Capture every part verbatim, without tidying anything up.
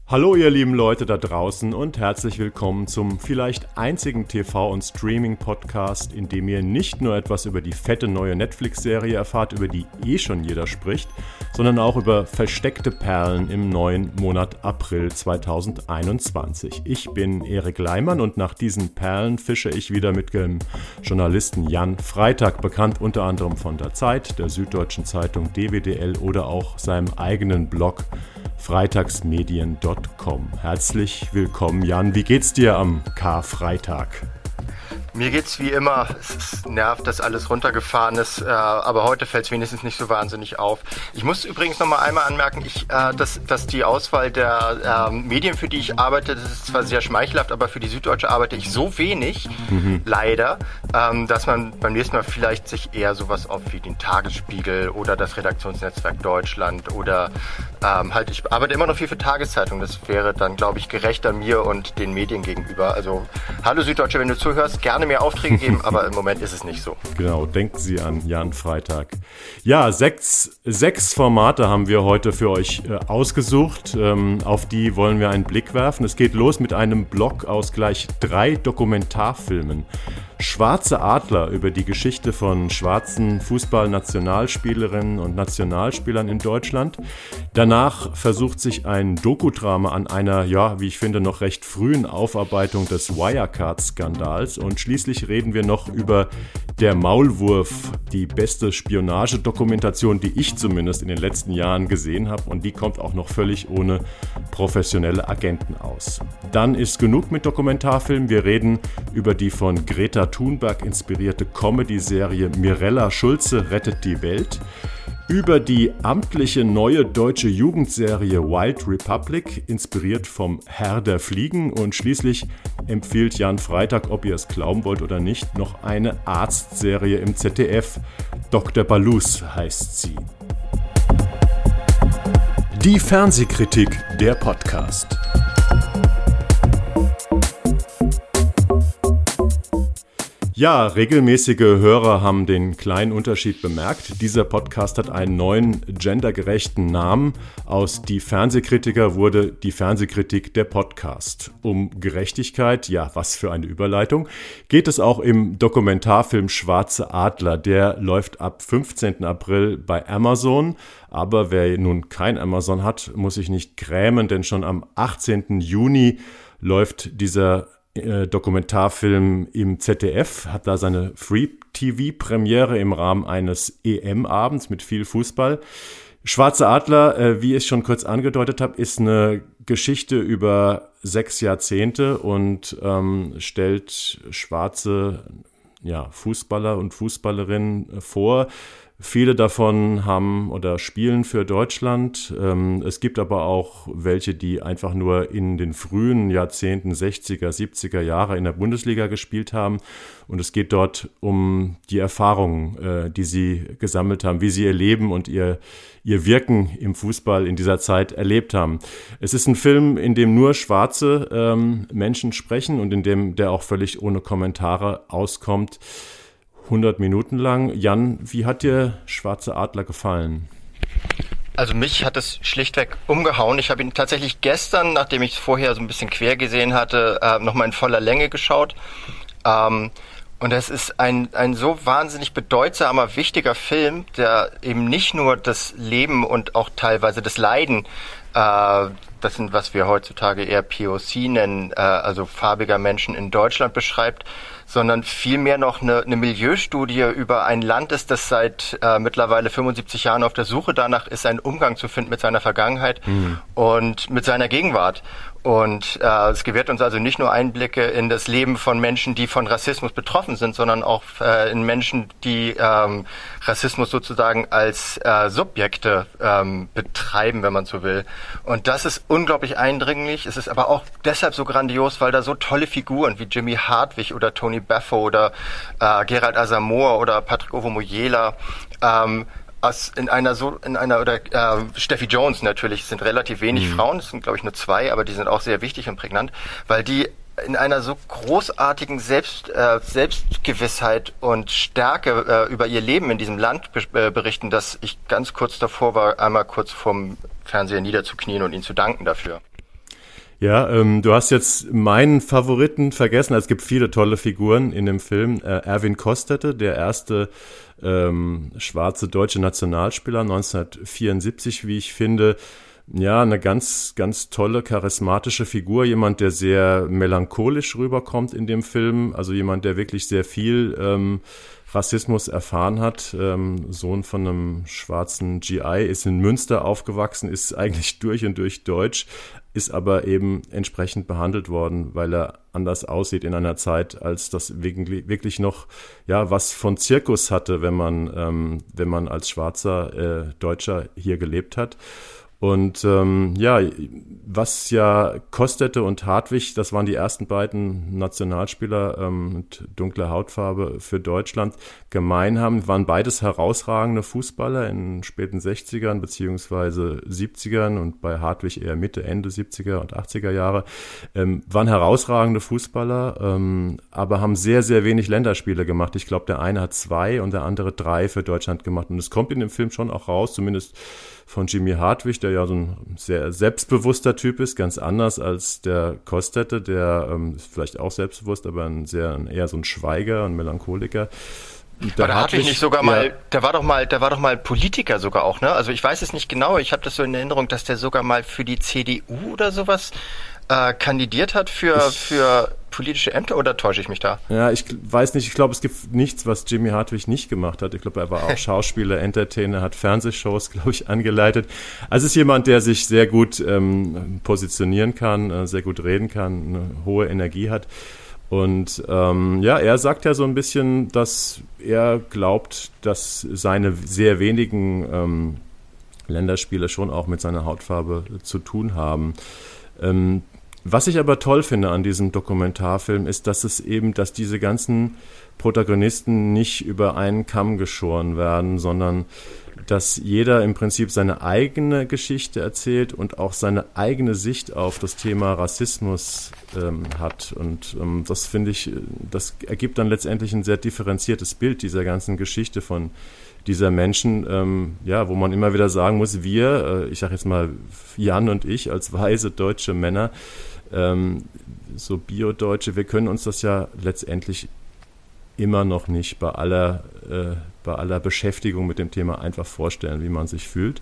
Hallo ihr lieben Leute da draußen und herzlich willkommen zum vielleicht einzigen T V- und Streaming-Podcast, in dem ihr nicht nur etwas über die fette neue Netflix-Serie erfahrt, über die eh schon jeder spricht, sondern auch über versteckte Perlen im neuen Monat April zweitausendeinundzwanzig. Ich bin Erik Leimann und nach diesen Perlen fische ich wieder mit dem Journalisten Jan Freitag, bekannt unter anderem von der Zeit, der Süddeutschen Zeitung, D W D L oder auch seinem eigenen Blog freitagsmedien punkt com. Herzlich willkommen, Jan. Wie geht's dir am Karfreitag? Mir geht's wie immer. Es nervt, dass alles runtergefahren ist, äh, aber heute fällt es wenigstens nicht so wahnsinnig auf. Ich muss übrigens noch mal einmal anmerken, ich, äh, dass, dass die Auswahl der äh, Medien, für die ich arbeite, das ist zwar sehr schmeichelhaft, aber für die Süddeutsche arbeite ich so wenig, mhm. leider, ähm, dass man beim nächsten Mal vielleicht sich eher sowas auf wie den Tagesspiegel oder das Redaktionsnetzwerk Deutschland oder ähm, halt, ich arbeite immer noch viel für Tageszeitungen. Das wäre dann, glaube ich, gerechter mir und den Medien gegenüber. Also, hallo Süddeutsche, wenn du zuhörst, gerne mehr Aufträge geben, aber im Moment ist es nicht so. Genau, denken Sie an Jan Freitag. Ja, sechs, sechs Formate haben wir heute für euch äh, ausgesucht. Ähm, auf die wollen wir einen Blick werfen. Es geht los mit einem Blog aus gleich drei Dokumentarfilmen. Schwarze Adler über die Geschichte von schwarzen Fußball-Nationalspielerinnen und Nationalspielern in Deutschland. Danach versucht sich ein Dokudrama an einer, ja, wie ich finde, noch recht frühen Aufarbeitung des Wirecard-Skandals. Und schließlich reden wir noch über Der Maulwurf, die beste Spionagedokumentation, die ich zumindest in den letzten Jahren gesehen habe. Und die kommt auch noch völlig ohne professionelle Agenten aus. Dann ist genug mit Dokumentarfilmen. Wir reden über die von Greta Thunberg inspirierte Comedy-Serie Mirella Schulze rettet die Welt, über die amtliche neue deutsche Jugendserie Wild Republic, inspiriert vom Herr der Fliegen, und schließlich empfiehlt Jan Freitag, ob ihr es glauben wollt oder nicht, noch eine Arztserie im Z D F. Doktor Balus heißt sie. Die Fernsehkritik, der Podcast. Ja, regelmäßige Hörer haben den kleinen Unterschied bemerkt. Dieser Podcast hat einen neuen gendergerechten Namen. Aus Die Fernsehkritiker wurde Die Fernsehkritik der Podcast. Um Gerechtigkeit, ja, was für eine Überleitung, geht es auch im Dokumentarfilm Schwarze Adler. Der läuft ab fünfzehnten April bei Amazon. Aber wer nun kein Amazon hat, muss sich nicht grämen, denn schon am achtzehnten Juni läuft dieser Dokumentarfilm im Z D F, hat da seine Free-T V-Premiere im Rahmen eines E M-Abends mit viel Fußball. Schwarze Adler, äh, wie ich schon kurz angedeutet habe, ist eine Geschichte über sechs Jahrzehnte und ähm, stellt schwarze ja, Fußballer und Fußballerinnen vor. Viele davon haben oder spielen für Deutschland. Es gibt aber auch welche, die einfach nur in den frühen Jahrzehnten, sechziger, siebziger Jahre in der Bundesliga gespielt haben. Und es geht dort um die Erfahrungen, die sie gesammelt haben, wie sie ihr Leben und ihr, ihr Wirken im Fußball in dieser Zeit erlebt haben. Es ist ein Film, in dem nur schwarze ähm, Menschen sprechen und in dem der auch völlig ohne Kommentare auskommt. hundert Minuten lang. Jan, wie hat dir Schwarze Adler gefallen? Also mich hat es schlichtweg umgehauen. Ich habe ihn tatsächlich gestern, nachdem ich es vorher so ein bisschen quer gesehen hatte, äh, nochmal in voller Länge geschaut. Ähm, und es ist ein, ein so wahnsinnig bedeutsamer, wichtiger Film, der eben nicht nur das Leben und auch teilweise das Leiden, äh, das sind, was wir heutzutage eher P O C nennen, äh, also farbiger Menschen in Deutschland beschreibt, sondern vielmehr noch eine, eine Milieustudie über ein Land ist, das seit äh, mittlerweile fünfundsiebzig Jahren auf der Suche danach ist, einen Umgang zu finden mit seiner Vergangenheit mhm. und mit seiner Gegenwart. Und äh, es gewährt uns also nicht nur Einblicke in das Leben von Menschen, die von Rassismus betroffen sind, sondern auch äh, in Menschen, die ähm, Rassismus sozusagen als äh, Subjekte ähm, betreiben, wenn man so will. Und das ist unglaublich eindringlich. Es ist aber auch deshalb so grandios, weil da so tolle Figuren wie Jimmy Hartwig oder Tony Beffo oder äh, Gerald Asamoah oder Patrick Ovomoyela ähm, Aus in einer so in einer oder äh, Steffi Jones natürlich, es sind relativ wenig mhm. Frauen, es sind glaube ich nur zwei, aber die sind auch sehr wichtig und prägnant, weil die in einer so großartigen Selbst, äh, Selbstgewissheit und Stärke äh, über ihr Leben in diesem Land be- äh, berichten, dass ich ganz kurz davor war, einmal kurz vorm Fernseher niederzuknien und ihnen zu danken dafür. Ja, ähm, du hast jetzt meinen Favoriten vergessen. Es gibt viele tolle Figuren in dem Film. Äh, Erwin Kosterte, der erste ähm, schwarze deutsche Nationalspieler neunzehnhundertvierundsiebzig, wie ich finde. Ja, eine ganz, ganz tolle, charismatische Figur. Jemand, der sehr melancholisch rüberkommt in dem Film. Also jemand, der wirklich sehr viel ähm, Rassismus erfahren hat. Ähm, Sohn von einem schwarzen G I, ist in Münster aufgewachsen, ist eigentlich durch und durch deutsch, ist aber eben entsprechend behandelt worden, weil er anders aussieht in einer Zeit, als das wirklich noch ja was von Zirkus hatte, wenn man ähm, wenn man als schwarzer äh, Deutscher hier gelebt hat. Und ähm, ja, was ja Kosterte und Hartwig, das waren die ersten beiden Nationalspieler ähm, mit dunkler Hautfarbe für Deutschland, gemein haben, waren beides herausragende Fußballer in späten sechzigern beziehungsweise siebzigern und bei Hartwig eher Mitte, Ende siebziger und achtziger Jahre, ähm, waren herausragende Fußballer, ähm, aber haben sehr, sehr wenig Länderspiele gemacht. Ich glaube, der eine hat zwei und der andere drei für Deutschland gemacht. Und es kommt in dem Film schon auch raus, zumindest von Jimmy Hartwig, der ja so ein sehr selbstbewusster Typ ist, ganz anders als der Kosterte, der ähm, ist vielleicht auch selbstbewusst, aber ein sehr ein eher so ein Schweiger, ein Melancholiker. Der, der Hartwig nicht sogar ja, mal, der war doch mal, der war doch mal Politiker sogar auch, ne? Also ich weiß es nicht genau, ich habe das so in Erinnerung, dass der sogar mal für die C D U oder sowas äh, kandidiert hat für ich, für politische Ämter, oder täusche ich mich da? Ja, ich weiß nicht, ich glaube, es gibt nichts, was Jimmy Hartwig nicht gemacht hat. Ich glaube, er war auch Schauspieler, Entertainer, hat Fernsehshows, glaube ich, angeleitet. Also ist jemand, der sich sehr gut ähm, positionieren kann, äh, sehr gut reden kann, eine hohe Energie hat. Und ähm, ja, er sagt ja so ein bisschen, dass er glaubt, dass seine sehr wenigen ähm, Länderspiele schon auch mit seiner Hautfarbe zu tun haben. Ähm, Was ich aber toll finde an diesem Dokumentarfilm ist, dass es eben, dass diese ganzen Protagonisten nicht über einen Kamm geschoren werden, sondern dass jeder im Prinzip seine eigene Geschichte erzählt und auch seine eigene Sicht auf das Thema Rassismus ähm, hat. Und ähm, das finde ich, das ergibt dann letztendlich ein sehr differenziertes Bild dieser ganzen Geschichte von dieser Menschen, ähm, ja, wo man immer wieder sagen muss, wir, äh, ich sage jetzt mal Jan und ich als weise deutsche Männer, ähm, so Bio-Deutsche, wir können uns das ja letztendlich immer noch nicht bei aller, äh, bei aller Beschäftigung mit dem Thema einfach vorstellen, wie man sich fühlt.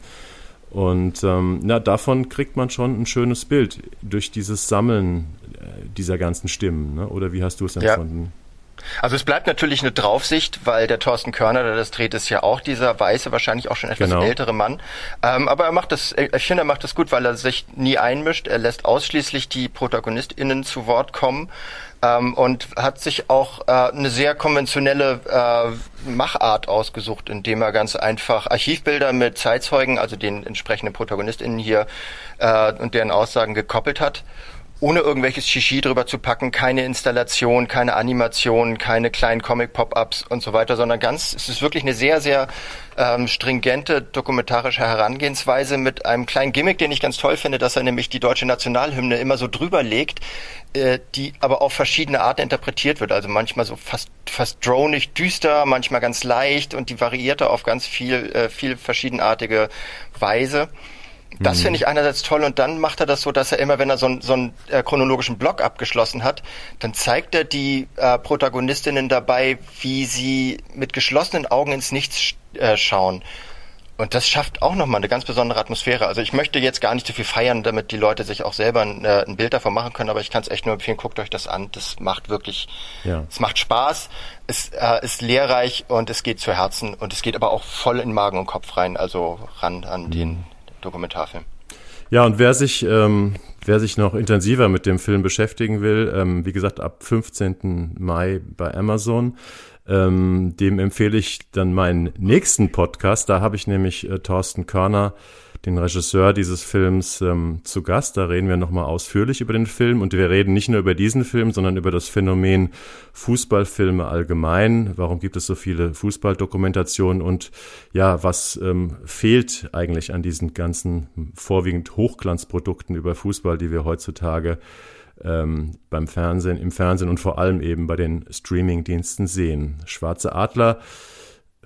Und ähm, na, davon kriegt man schon ein schönes Bild durch dieses Sammeln äh, dieser ganzen Stimmen, ne? Oder wie hast du es empfunden? Ja. Also es bleibt natürlich eine Draufsicht, weil der Thorsten Körner, der das dreht, ist ja auch dieser weiße, wahrscheinlich auch schon etwas genau. ältere Mann. Ähm, aber er macht das, ich finde, er macht das gut, weil er sich nie einmischt. Er lässt ausschließlich die ProtagonistInnen zu Wort kommen ähm, und hat sich auch äh, eine sehr konventionelle äh, Machart ausgesucht, indem er ganz einfach Archivbilder mit Zeitzeugen, also den entsprechenden ProtagonistInnen hier äh, und deren Aussagen gekoppelt hat. Ohne irgendwelches Shishi drüber zu packen, keine Installation, keine Animation, keine kleinen Comic-Pop-Ups und so weiter, sondern ganz, es ist wirklich eine sehr, sehr ähm, stringente dokumentarische Herangehensweise mit einem kleinen Gimmick, den ich ganz toll finde, dass er nämlich die deutsche Nationalhymne immer so drüber legt, äh, die aber auf verschiedene Arten interpretiert wird. Also manchmal so fast fast dronig, düster, manchmal ganz leicht und die variierte auf ganz viel, äh, viel verschiedenartige Weise. Das finde ich einerseits toll und dann macht er das so, dass er immer, wenn er so, einen, so einen äh, chronologischen Block abgeschlossen hat, dann zeigt er die äh, Protagonistinnen dabei, wie sie mit geschlossenen Augen ins Nichts äh, schauen. Und das schafft auch nochmal eine ganz besondere Atmosphäre. Also ich möchte jetzt gar nicht so viel feiern, damit die Leute sich auch selber ein, äh, ein Bild davon machen können, aber ich kann es echt nur empfehlen, guckt euch das an. Das macht wirklich, ja. Es macht Spaß, es äh, ist lehrreich und es geht zu Herzen und es geht aber auch voll in Magen und Kopf rein, also ran an mhm. den Dokumentarfilm. Ja, und wer sich, ähm, wer sich noch intensiver mit dem Film beschäftigen will, ähm, wie gesagt, ab fünfzehnten Mai bei Amazon, ähm, dem empfehle ich dann meinen nächsten Podcast. Da habe ich nämlich äh, Thorsten Körner, den Regisseur dieses Films, ähm, zu Gast. Da reden wir nochmal ausführlich über den Film und wir reden nicht nur über diesen Film, sondern über das Phänomen Fußballfilme allgemein. Warum gibt es so viele Fußballdokumentationen und ja, was ähm, fehlt eigentlich an diesen ganzen vorwiegend Hochglanzprodukten über Fußball, die wir heutzutage ähm, beim Fernsehen, im Fernsehen und vor allem eben bei den Streamingdiensten sehen. Schwarze Adler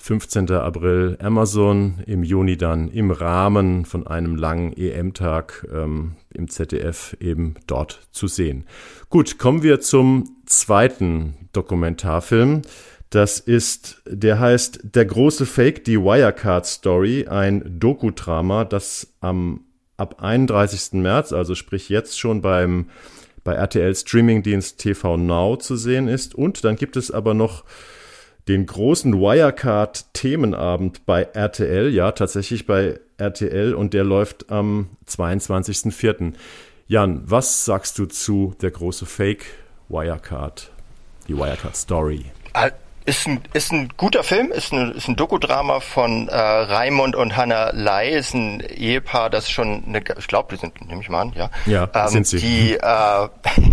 fünfzehnten April Amazon, im Juni dann im Rahmen von einem langen E M-Tag ähm, im Z D F eben dort zu sehen. Gut, kommen wir zum zweiten Dokumentarfilm. Das ist, der heißt Der große Fake, die Wirecard Story, ein Dokudrama, das am ab einunddreißigsten März, also sprich jetzt schon beim bei R T L Streamingdienst T V Now zu sehen ist. Und dann gibt es aber noch den großen Wirecard-Themenabend bei R T L, ja, tatsächlich bei R T L, und der läuft am zweiundzwanzigsten vierten Jan, was sagst du zu Der große Fake, Wirecard, die Wirecard-Story? Ist ein, ist ein guter Film, ist ein, ist ein Dokudrama von äh, Raimund und Hannah Lai, ist ein Ehepaar, das schon, eine, ich glaube, die sind, nehme ich mal an, ja, ja ähm, sind sie. Die, äh,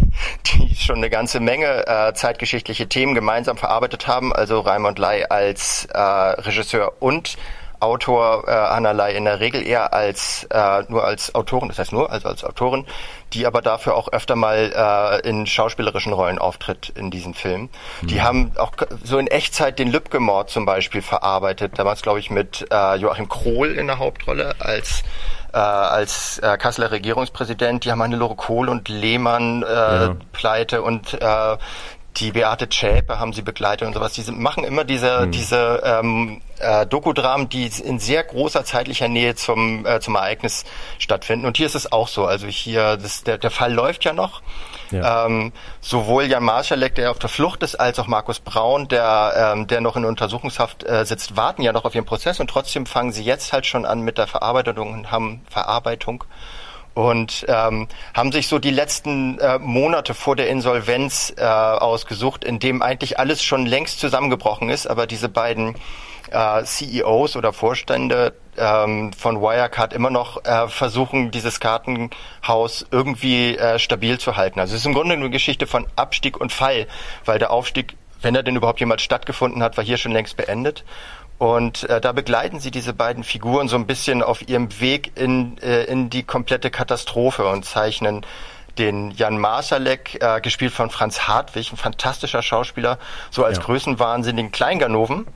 die schon eine ganze Menge äh, zeitgeschichtliche Themen gemeinsam verarbeitet haben, also Raimund Lai als äh, Regisseur und Autor, äh, Hannah Lai in der Regel eher als äh, nur als Autorin, das heißt nur also als Autorin, die aber dafür auch öfter mal äh, in schauspielerischen Rollen auftritt in diesen Filmen. Mhm. Die haben auch so in Echtzeit den Lübcke-Mord zum Beispiel verarbeitet, damals glaube ich mit äh, Joachim Krohl in der Hauptrolle als äh, als äh, Kasseler Regierungspräsident. Die haben Hannelore Kohl und Lehmann äh, ja. Pleite und äh, die Beate Zschäpe haben sie begleitet und sowas. Die machen immer diese mhm. diese ähm, äh, Dokudramen, die in sehr großer zeitlicher Nähe zum äh, zum Ereignis stattfinden. Und hier ist es auch so. Also hier, das, der, der Fall läuft ja noch. Ja. Ähm, sowohl Jan Marschalek, der auf der Flucht ist, als auch Markus Braun, der ähm, der noch in Untersuchungshaft äh, sitzt, warten ja noch auf ihren Prozess. Und trotzdem fangen sie jetzt halt schon an mit der Verarbeitung und haben Verarbeitung. Und ähm, haben sich so die letzten äh, Monate vor der Insolvenz äh, ausgesucht, in dem eigentlich alles schon längst zusammengebrochen ist, aber diese beiden äh, C E Os oder Vorstände ähm, von Wirecard immer noch äh, versuchen, dieses Kartenhaus irgendwie äh, stabil zu halten. Also es ist im Grunde eine Geschichte von Abstieg und Fall, weil der Aufstieg, wenn er denn überhaupt jemals stattgefunden hat, war hier schon längst beendet. Und äh, da begleiten sie diese beiden Figuren so ein bisschen auf ihrem Weg in äh, in die komplette Katastrophe und zeichnen den Jan Marschalek, äh, gespielt von Franz Hartwig, ein fantastischer Schauspieler, so als ja. größenwahnsinnigen Kleinganoven.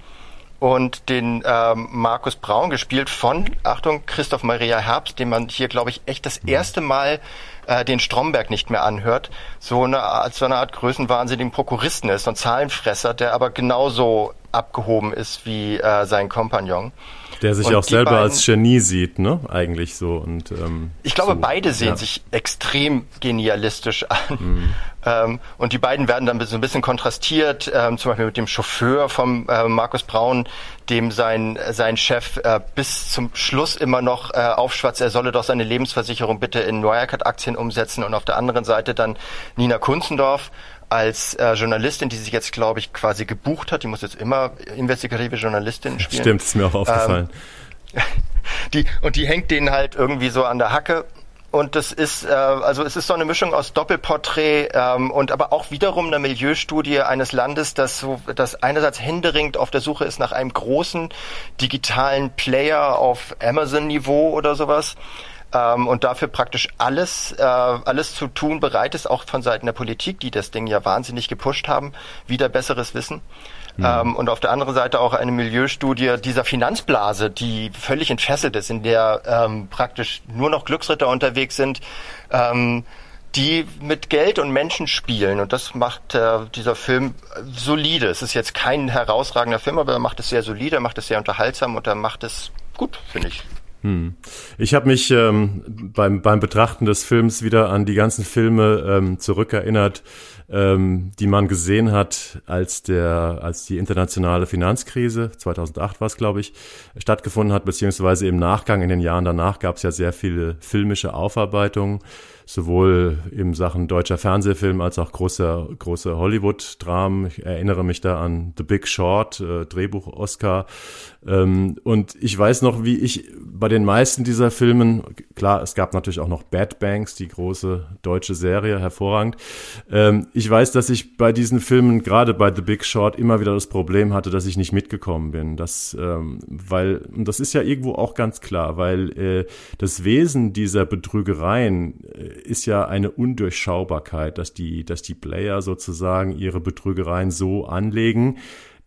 Und den ähm, Markus Braun, gespielt von, Achtung, Christoph Maria Herbst, den man hier, glaube ich, echt das erste Mal äh, den Stromberg nicht mehr anhört, so eine Art, so eine Art größenwahnsinnigen Prokuristen ist, so ein Zahlenfresser, der aber genauso abgehoben ist wie äh, sein Kompagnon. Der sich und auch selber beiden, als Genie sieht, ne? Eigentlich so. Und ähm, ich glaube, so, beide sehen ja. sich extrem genialistisch an. Mhm. Ähm, und die beiden werden dann so ein bisschen kontrastiert, ähm, zum Beispiel mit dem Chauffeur vom äh, Markus Braun, dem sein sein Chef äh, bis zum Schluss immer noch äh, aufschwatzt, er solle doch seine Lebensversicherung bitte in Wirecard-Aktien umsetzen. Und auf der anderen Seite dann Nina Kunzendorf als äh, Journalistin, die sich jetzt, glaube ich, quasi gebucht hat. Die muss jetzt immer investigative Journalistin spielen. Stimmt, ist mir auch aufgefallen. Ähm, die, und die hängt denen halt irgendwie so an der Hacke. Und das ist, äh, also es ist so eine Mischung aus Doppelporträt ähm, und aber auch wiederum eine Milieustudie eines Landes, das so, das einerseits händeringend auf der Suche ist nach einem großen digitalen Player auf Amazon-Niveau oder sowas. Ähm, und dafür praktisch alles, äh, alles zu tun bereit ist, auch von Seiten der Politik, die das Ding ja wahnsinnig gepusht haben, wieder besseres Wissen. Mhm. Ähm, und auf der anderen Seite auch eine Milieustudie dieser Finanzblase, die völlig entfesselt ist, in der ähm, praktisch nur noch Glücksritter unterwegs sind, ähm, die mit Geld und Menschen spielen. Und das macht äh, dieser Film solide. Es ist jetzt kein herausragender Film, aber er macht es sehr solide, er macht es sehr unterhaltsam und er macht es gut, finde ich. Hm. Ich habe mich ähm, beim beim Betrachten des Films wieder an die ganzen Filme ähm, zurückerinnert, ähm, die man gesehen hat, als der als die internationale Finanzkrise zweitausendacht war es, glaube ich, stattgefunden hat, beziehungsweise im Nachgang, in den Jahren danach gab es ja sehr viele filmische Aufarbeitungen, sowohl in Sachen deutscher Fernsehfilm als auch großer große Hollywood-Dramen. Ich erinnere mich da an The Big Short, äh, Drehbuch-Oscar. Ähm, und ich weiß noch, wie ich bei den meisten dieser Filmen, klar, es gab natürlich auch noch Bad Banks, die große deutsche Serie, hervorragend. Ähm, ich weiß, dass ich bei diesen Filmen, gerade bei The Big Short, immer wieder das Problem hatte, dass ich nicht mitgekommen bin. Das, ähm, weil, und das ist ja irgendwo auch ganz klar, weil äh, das Wesen dieser Betrügereien äh, ist ja eine Undurchschaubarkeit, dass die, dass die Player sozusagen ihre Betrügereien so anlegen,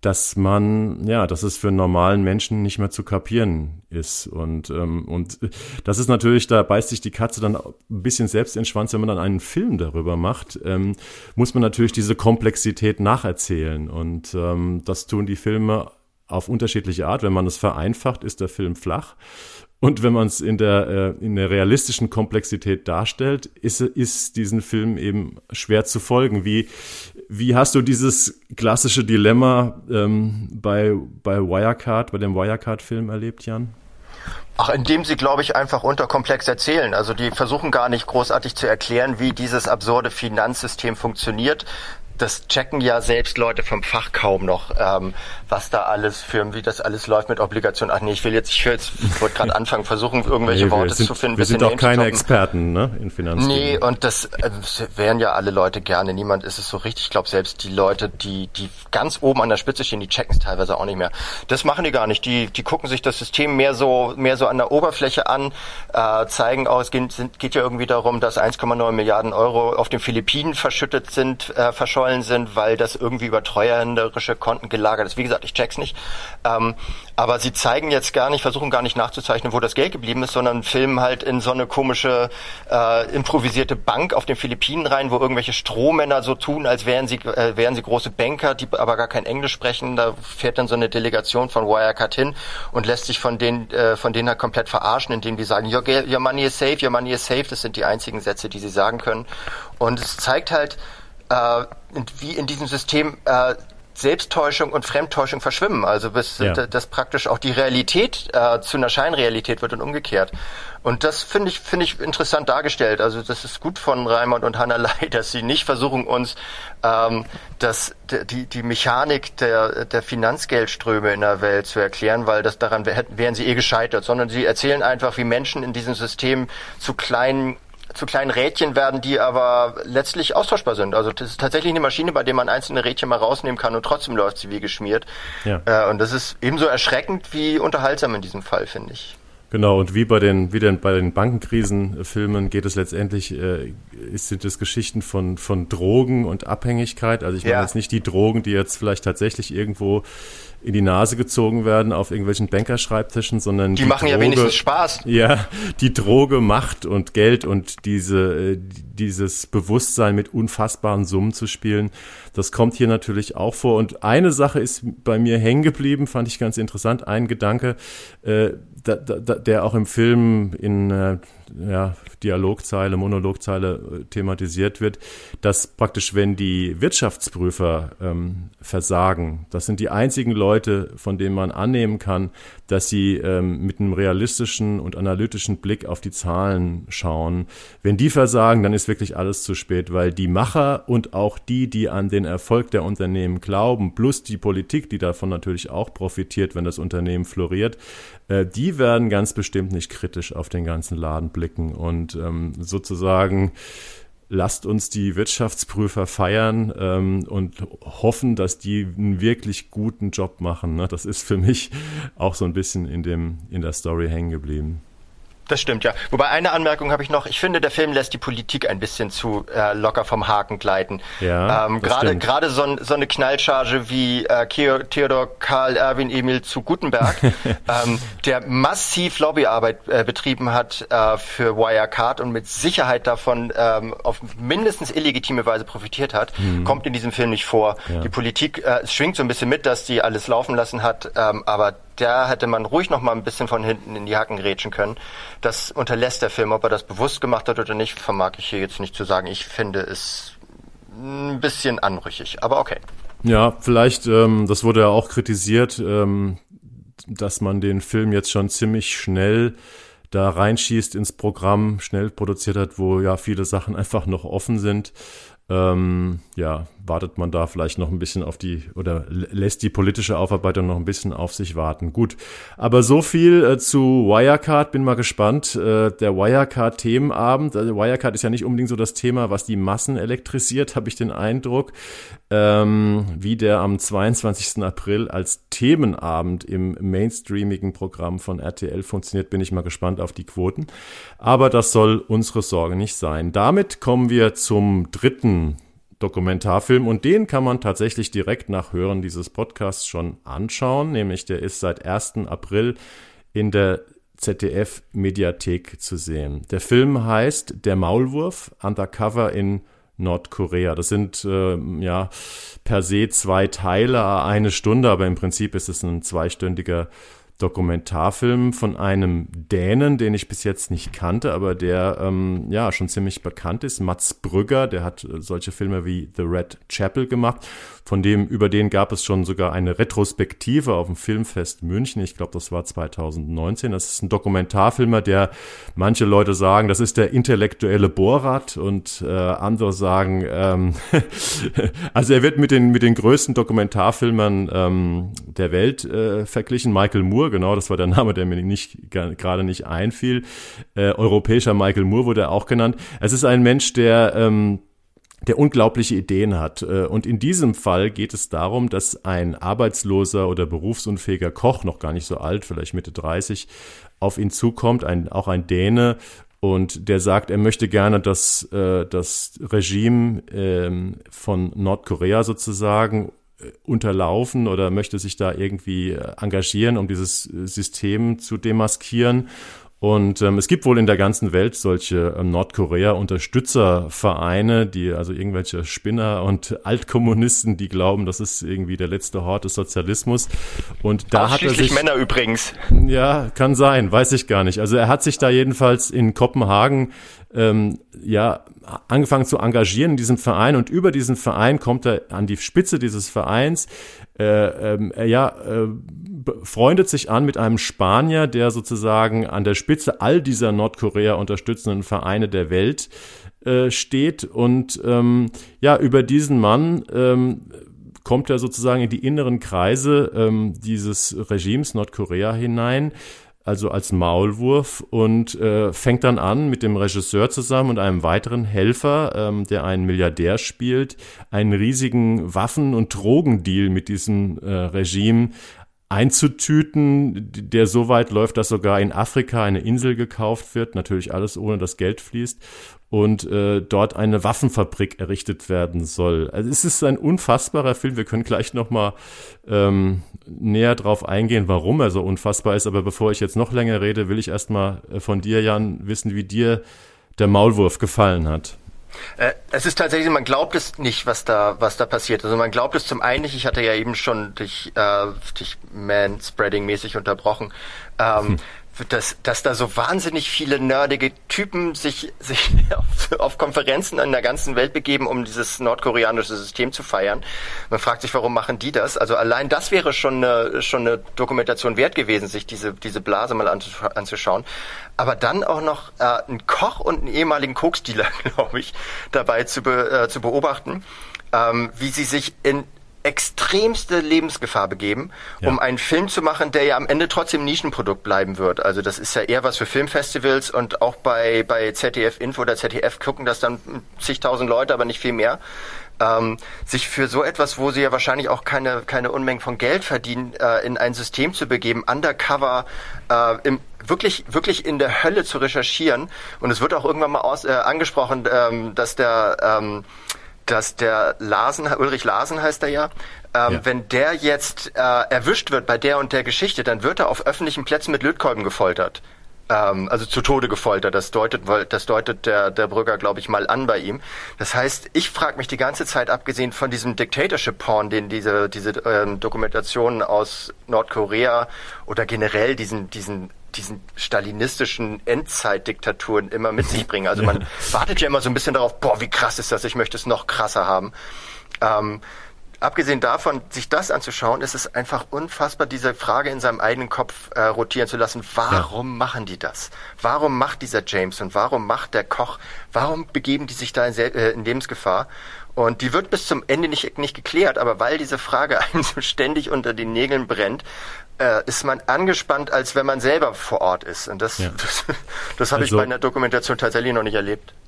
dass man, ja, dass es für einen normalen Menschen nicht mehr zu kapieren ist. Und, ähm, und das ist natürlich, da beißt sich die Katze dann ein bisschen selbst in den Schwanz, wenn man dann einen Film darüber macht, ähm, muss man natürlich diese Komplexität nacherzählen. Und ähm, das tun die Filme auf unterschiedliche Art. Wenn man es vereinfacht, ist der Film flach. Und wenn man es in der, äh, in der realistischen Komplexität darstellt, ist, ist diesen Film eben schwer zu folgen. Wie, wie hast du dieses klassische Dilemma ähm, bei, bei Wirecard, bei dem Wirecard-Film erlebt, Jan? Ach, indem sie, glaube ich, einfach unterkomplex erzählen. Also die versuchen gar nicht großartig zu erklären, wie dieses absurde Finanzsystem funktioniert. Das checken ja selbst Leute vom Fach kaum noch, ähm, was da alles für, wie das alles läuft mit Obligationen. Ach nee, ich will jetzt, ich will jetzt, ich wollte gerade anfangen, versuchen, irgendwelche nee, Worte sind, zu finden. Wir sind doch keine Experten, ne, in Finanzen. Nee, und das äh, wären ja alle Leute gerne. Niemand ist es so richtig. Ich glaube, selbst die Leute, die, die ganz oben an der Spitze stehen, die checken es teilweise auch nicht mehr. Das machen die gar nicht. Die, die gucken sich das System mehr so, mehr so an der Oberfläche an, äh, zeigen auch, es geht, sind, geht ja irgendwie darum, dass eins Komma neun Milliarden Euro auf den Philippinen verschüttet sind, äh, verschollen sind, weil das irgendwie über treuhänderische Konten gelagert ist. Wie gesagt, ich check's nicht. Ähm, aber sie zeigen jetzt gar nicht, versuchen gar nicht nachzuzeichnen, wo das Geld geblieben ist, sondern filmen halt in so eine komische äh, improvisierte Bank auf den Philippinen rein, wo irgendwelche Strohmänner so tun, als wären sie äh, wären sie große Banker, die aber gar kein Englisch sprechen. Da fährt dann so eine Delegation von Wirecard hin und lässt sich von denen äh, von denen halt komplett verarschen, indem die sagen, your, your money is safe, your money is safe. Das sind die einzigen Sätze, die sie sagen können. Und es zeigt halt, äh, wie in diesem System äh, Selbsttäuschung und Fremdtäuschung verschwimmen. Also bis ja. dass praktisch auch die Realität äh, zu einer Scheinrealität wird und umgekehrt. Und das finde ich finde ich interessant dargestellt. Also das ist gut von Reimert und Hannah Ley, dass sie nicht versuchen, uns ähm, das die die Mechanik der der Finanzgeldströme in der Welt zu erklären, weil das daran wären sie eh gescheitert, sondern sie erzählen einfach, wie Menschen in diesem System zu kleinen zu kleinen Rädchen werden, die aber letztlich austauschbar sind. Also das ist tatsächlich eine Maschine, bei der man einzelne Rädchen mal rausnehmen kann und trotzdem läuft sie wie geschmiert. Ja. Äh, und das ist ebenso erschreckend wie unterhaltsam in diesem Fall, finde ich. Genau, und wie bei den, wie denn bei den Bankenkrisenfilmen geht es letztendlich, äh, sind es Geschichten von, von Drogen und Abhängigkeit. Also ich meine ja. jetzt nicht die Drogen, die jetzt vielleicht tatsächlich irgendwo in die Nase gezogen werden auf irgendwelchen Bankerschreibtischen, sondern die, die machen Droge, ja wenigstens Spaß. Ja, die Droge, Macht und Geld und diese dieses Bewusstsein mit unfassbaren Summen zu spielen, das kommt hier natürlich auch vor. Und eine Sache ist bei mir hängen geblieben, fand ich ganz interessant, ein Gedanke, äh, da, da, der auch im Film in äh, ja, Dialogzeile, Monologzeile äh, thematisiert wird, dass praktisch, wenn die Wirtschaftsprüfer ähm, versagen, das sind die einzigen Leute, von denen man annehmen kann, dass sie ähm, mit einem realistischen und analytischen Blick auf die Zahlen schauen. Wenn die versagen, dann ist wirklich alles zu spät, weil die Macher und auch die, die an den Erfolg der Unternehmen glauben, plus die Politik, die davon natürlich auch profitiert, wenn das Unternehmen floriert, äh, die werden ganz bestimmt nicht kritisch auf den ganzen Laden blicken. Und ähm, sozusagen lasst uns die Wirtschaftsprüfer feiern ähm, und hoffen, dass die einen wirklich guten Job machen. Ne? Das ist für mich auch so ein bisschen in dem in der Story hängen geblieben. Das stimmt, ja. Wobei eine Anmerkung habe ich noch. Ich finde, der Film lässt die Politik ein bisschen zu äh, locker vom Haken gleiten. Ja, ähm, gerade gerade so, ein, so eine Knallcharge wie äh, Theodor Karl Erwin Emil zu Gutenberg, ähm, der massiv Lobbyarbeit äh, betrieben hat äh, für Wirecard und mit Sicherheit davon ähm, auf mindestens illegitime Weise profitiert hat, mhm. kommt in diesem Film nicht vor. Ja. Die Politik äh, es schwingt so ein bisschen mit, dass die alles laufen lassen hat, ähm, aber da hätte man ruhig noch mal ein bisschen von hinten in die Hacken grätschen können. Das unterlässt der Film. Ob er das bewusst gemacht hat oder nicht, vermag ich hier jetzt nicht zu sagen. Ich finde es ein bisschen anrüchig, aber okay. Ja, vielleicht, ähm, das wurde ja auch kritisiert, ähm, dass man den Film jetzt schon ziemlich schnell da reinschießt ins Programm, schnell produziert hat, wo ja viele Sachen einfach noch offen sind. Ähm, ja, wartet man da vielleicht noch ein bisschen auf die, oder lässt die politische Aufarbeitung noch ein bisschen auf sich warten. Gut, aber so viel äh, zu Wirecard, bin mal gespannt. Äh, der Wirecard-Themenabend, also Wirecard ist ja nicht unbedingt so das Thema, was die Massen elektrisiert, habe ich den Eindruck. Ähm, wie der am zweiundzwanzigsten April als Themenabend im mainstreamigen Programm von R T L funktioniert, bin ich mal gespannt auf die Quoten. Aber das soll unsere Sorge nicht sein. Damit kommen wir zum dritten Dokumentarfilm und den kann man tatsächlich direkt nach Hören dieses Podcasts schon anschauen, nämlich der ist seit ersten April in der Z D F-Mediathek zu sehen. Der Film heißt Der Maulwurf, Undercover in Nordkorea. Das sind äh, ja per se zwei Teile, eine Stunde, aber im Prinzip ist es ein zweistündiger Dokumentarfilm von einem Dänen, den ich bis jetzt nicht kannte, aber der ähm, ja schon ziemlich bekannt ist. Mats Brügger, der hat äh, solche Filme wie The Red Chapel gemacht. Von dem, über den gab es schon sogar eine Retrospektive auf dem Filmfest München. Ich glaube, das war zweitausendneunzehn. Das ist ein Dokumentarfilmer, der manche Leute sagen, das ist der intellektuelle Borat und äh, andere sagen, ähm, also er wird mit den mit den größten Dokumentarfilmern ähm, der Welt äh, verglichen. Michael Moore, genau, das war der Name, der mir nicht gerade nicht einfiel. Äh, europäischer Michael Moore wurde er auch genannt. Es ist ein Mensch, der ähm, der unglaubliche Ideen hat. Und in diesem Fall geht es darum, dass ein arbeitsloser oder berufsunfähiger Koch, noch gar nicht so alt, vielleicht Mitte dreißig, auf ihn zukommt, ein, auch ein Däne, und der sagt, er möchte gerne das, äh, das Regime ähm, von Nordkorea sozusagen unterlaufen oder möchte sich da irgendwie engagieren, um dieses System zu demaskieren. Und ähm, es gibt wohl in der ganzen Welt solche ähm, Nordkorea-Unterstützervereine, die also irgendwelche Spinner und Altkommunisten, die glauben, das ist irgendwie der letzte Hort des Sozialismus. Und da hat er sich, Männer übrigens. Ja, kann sein, weiß ich gar nicht. Also er hat sich da jedenfalls in Kopenhagen ähm, ja angefangen zu engagieren in diesem Verein, und über diesen Verein kommt er an die Spitze dieses Vereins. Äh, ähm, er ja, äh, freundet sich an mit einem Spanier, der sozusagen an der Spitze all dieser Nordkorea unterstützenden Vereine der Welt äh, steht, und ähm, ja, über diesen Mann ähm, kommt er sozusagen in die inneren Kreise ähm, dieses Regimes Nordkorea hinein, also als Maulwurf, und äh, fängt dann an, mit dem Regisseur zusammen und einem weiteren Helfer, ähm, der einen Milliardär spielt, einen riesigen Waffen- und Drogendeal mit diesem äh, Regime einzutüten, der so weit läuft, dass sogar in Afrika eine Insel gekauft wird, natürlich alles ohne dass Geld fließt, und äh, dort eine Waffenfabrik errichtet werden soll. Also es ist ein unfassbarer Film. Wir können gleich nochmal ähm, näher drauf eingehen, warum er so unfassbar ist. Aber bevor ich jetzt noch länger rede, will ich erstmal von dir, Jan, wissen, wie dir der Maulwurf gefallen hat. Äh, es ist tatsächlich, man glaubt es nicht, was da, was da passiert. Also man glaubt es zum einen nicht, ich hatte ja eben schon dich, äh, dich Man-Spreading-mäßig unterbrochen, ähm, hm. dass, dass da so wahnsinnig viele nerdige Typen sich, sich auf, auf Konferenzen in der ganzen Welt begeben, um dieses nordkoreanische System zu feiern. Man fragt sich, warum machen die das? Also allein das wäre schon eine, schon eine Dokumentation wert gewesen, sich diese, diese Blase mal anzuschauen. Aber dann auch noch äh, einen Koch und einen ehemaligen Koksdealer, glaube ich, dabei zu, be, äh, zu beobachten, ähm, wie sie sich in extremste Lebensgefahr begeben, ja. um einen Film zu machen, der ja am Ende trotzdem Nischenprodukt bleiben wird. Also das ist ja eher was für Filmfestivals, und auch bei bei Z D F Info oder Z D F gucken das dann zigtausend Leute, aber nicht viel mehr. Ähm, sich für so etwas, wo sie ja wahrscheinlich auch keine keine Unmengen von Geld verdienen, äh, in ein System zu begeben, undercover, äh, im wirklich wirklich in der Hölle zu recherchieren. Und es wird auch irgendwann mal aus, äh, angesprochen, ähm, dass der ähm, dass der Larsen, Ulrich Larsen heißt er ja, ähm, ja. wenn der jetzt äh, erwischt wird bei der und der Geschichte, dann wird er auf öffentlichen Plätzen mit Lötkolben gefoltert. Ähm, also zu Tode gefoltert. Das deutet, das deutet der, der Brügger, glaube ich, mal an bei ihm. Das heißt, ich frage mich die ganze Zeit, abgesehen von diesem Dictatorship-Porn, den diese, diese ähm, Dokumentationen aus Nordkorea oder generell diesen, diesen diesen stalinistischen Endzeitdiktaturen immer mit sich bringen. Also man wartet ja immer so ein bisschen darauf, boah, wie krass ist das, ich möchte es noch krasser haben. Ähm, abgesehen davon, sich das anzuschauen, ist es einfach unfassbar, diese Frage in seinem eigenen Kopf äh, rotieren zu lassen. Warum ja. machen die das? Warum macht dieser James und warum macht der Koch, warum begeben die sich da in, äh, in Lebensgefahr? Und die wird bis zum Ende nicht, nicht geklärt, aber weil diese Frage einem so ständig unter den Nägeln brennt, äh, ist man angespannt, als wenn man selber vor Ort ist. Und das, ja. das, das habe also, ich bei einer Dokumentation tatsächlich noch nicht erlebt.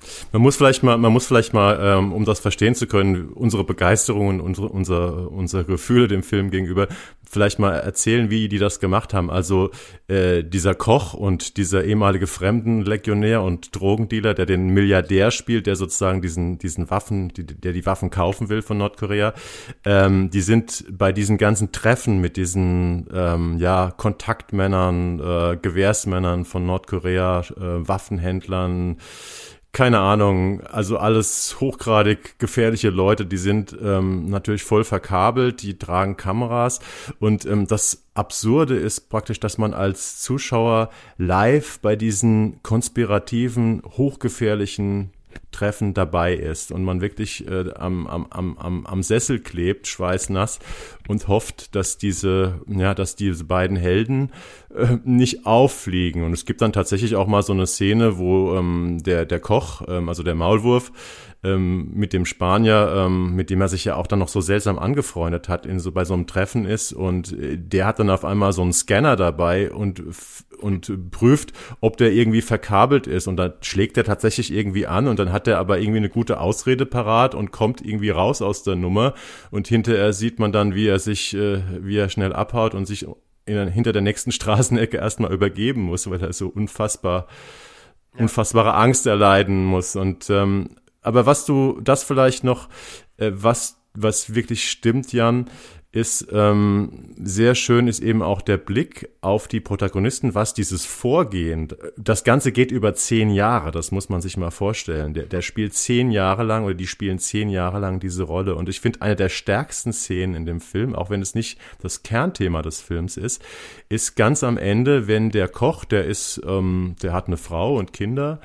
Man muss vielleicht mal, man muss vielleicht mal, ähm, um das verstehen zu können, unsere Begeisterung und unsere, unser, unsere Gefühle dem Film gegenüber, vielleicht mal erzählen, wie die das gemacht haben. Also äh, dieser Koch und dieser ehemalige Fremdenlegionär und Drogendealer, der den Milliardär spielt, der sozusagen diesen diesen Waffen, die, der die Waffen kaufen will von Nordkorea, ähm, die sind bei diesen ganzen Treffen mit diesen ähm, ja Kontaktmännern, äh, Gewehrsmännern von Nordkorea, äh, Waffenhändlern, keine Ahnung, also alles hochgradig gefährliche Leute, die sind ähm, natürlich voll verkabelt, die tragen Kameras und ähm, das Absurde ist praktisch, dass man als Zuschauer live bei diesen konspirativen, hochgefährlichen Treffen dabei ist und man wirklich äh, am, am, am, am Sessel klebt, schweißnass und hofft, dass diese, ja, dass diese beiden Helden äh, nicht auffliegen. Und es gibt dann tatsächlich auch mal so eine Szene, wo ähm, der, der Koch, ähm, also der Maulwurf, ähm, mit dem Spanier, ähm, mit dem er sich ja auch dann noch so seltsam angefreundet hat, in so bei so einem Treffen ist und äh, der hat dann auf einmal so einen Scanner dabei und und prüft, ob der irgendwie verkabelt ist und dann schlägt er tatsächlich irgendwie an und dann hat er aber irgendwie eine gute Ausrede parat und kommt irgendwie raus aus der Nummer und hinterher sieht man dann, wie er sich, äh, wie er schnell abhaut und sich in, hinter der nächsten Straßenecke erstmal übergeben muss, weil er so unfassbar, ja. unfassbare Angst erleiden muss und ähm, aber was du, das vielleicht noch, äh, was was wirklich stimmt, Jan, ist ähm, sehr schön, ist eben auch der Blick auf die Protagonisten, was dieses Vorgehen, das Ganze geht über zehn Jahre, das muss man sich mal vorstellen. Der, der spielt zehn Jahre lang oder die spielen zehn Jahre lang diese Rolle und ich finde, eine der stärksten Szenen in dem Film, auch wenn es nicht das Kernthema des Films ist, ist ganz am Ende, wenn der Koch, der ist, ähm, der hat eine Frau und Kinder,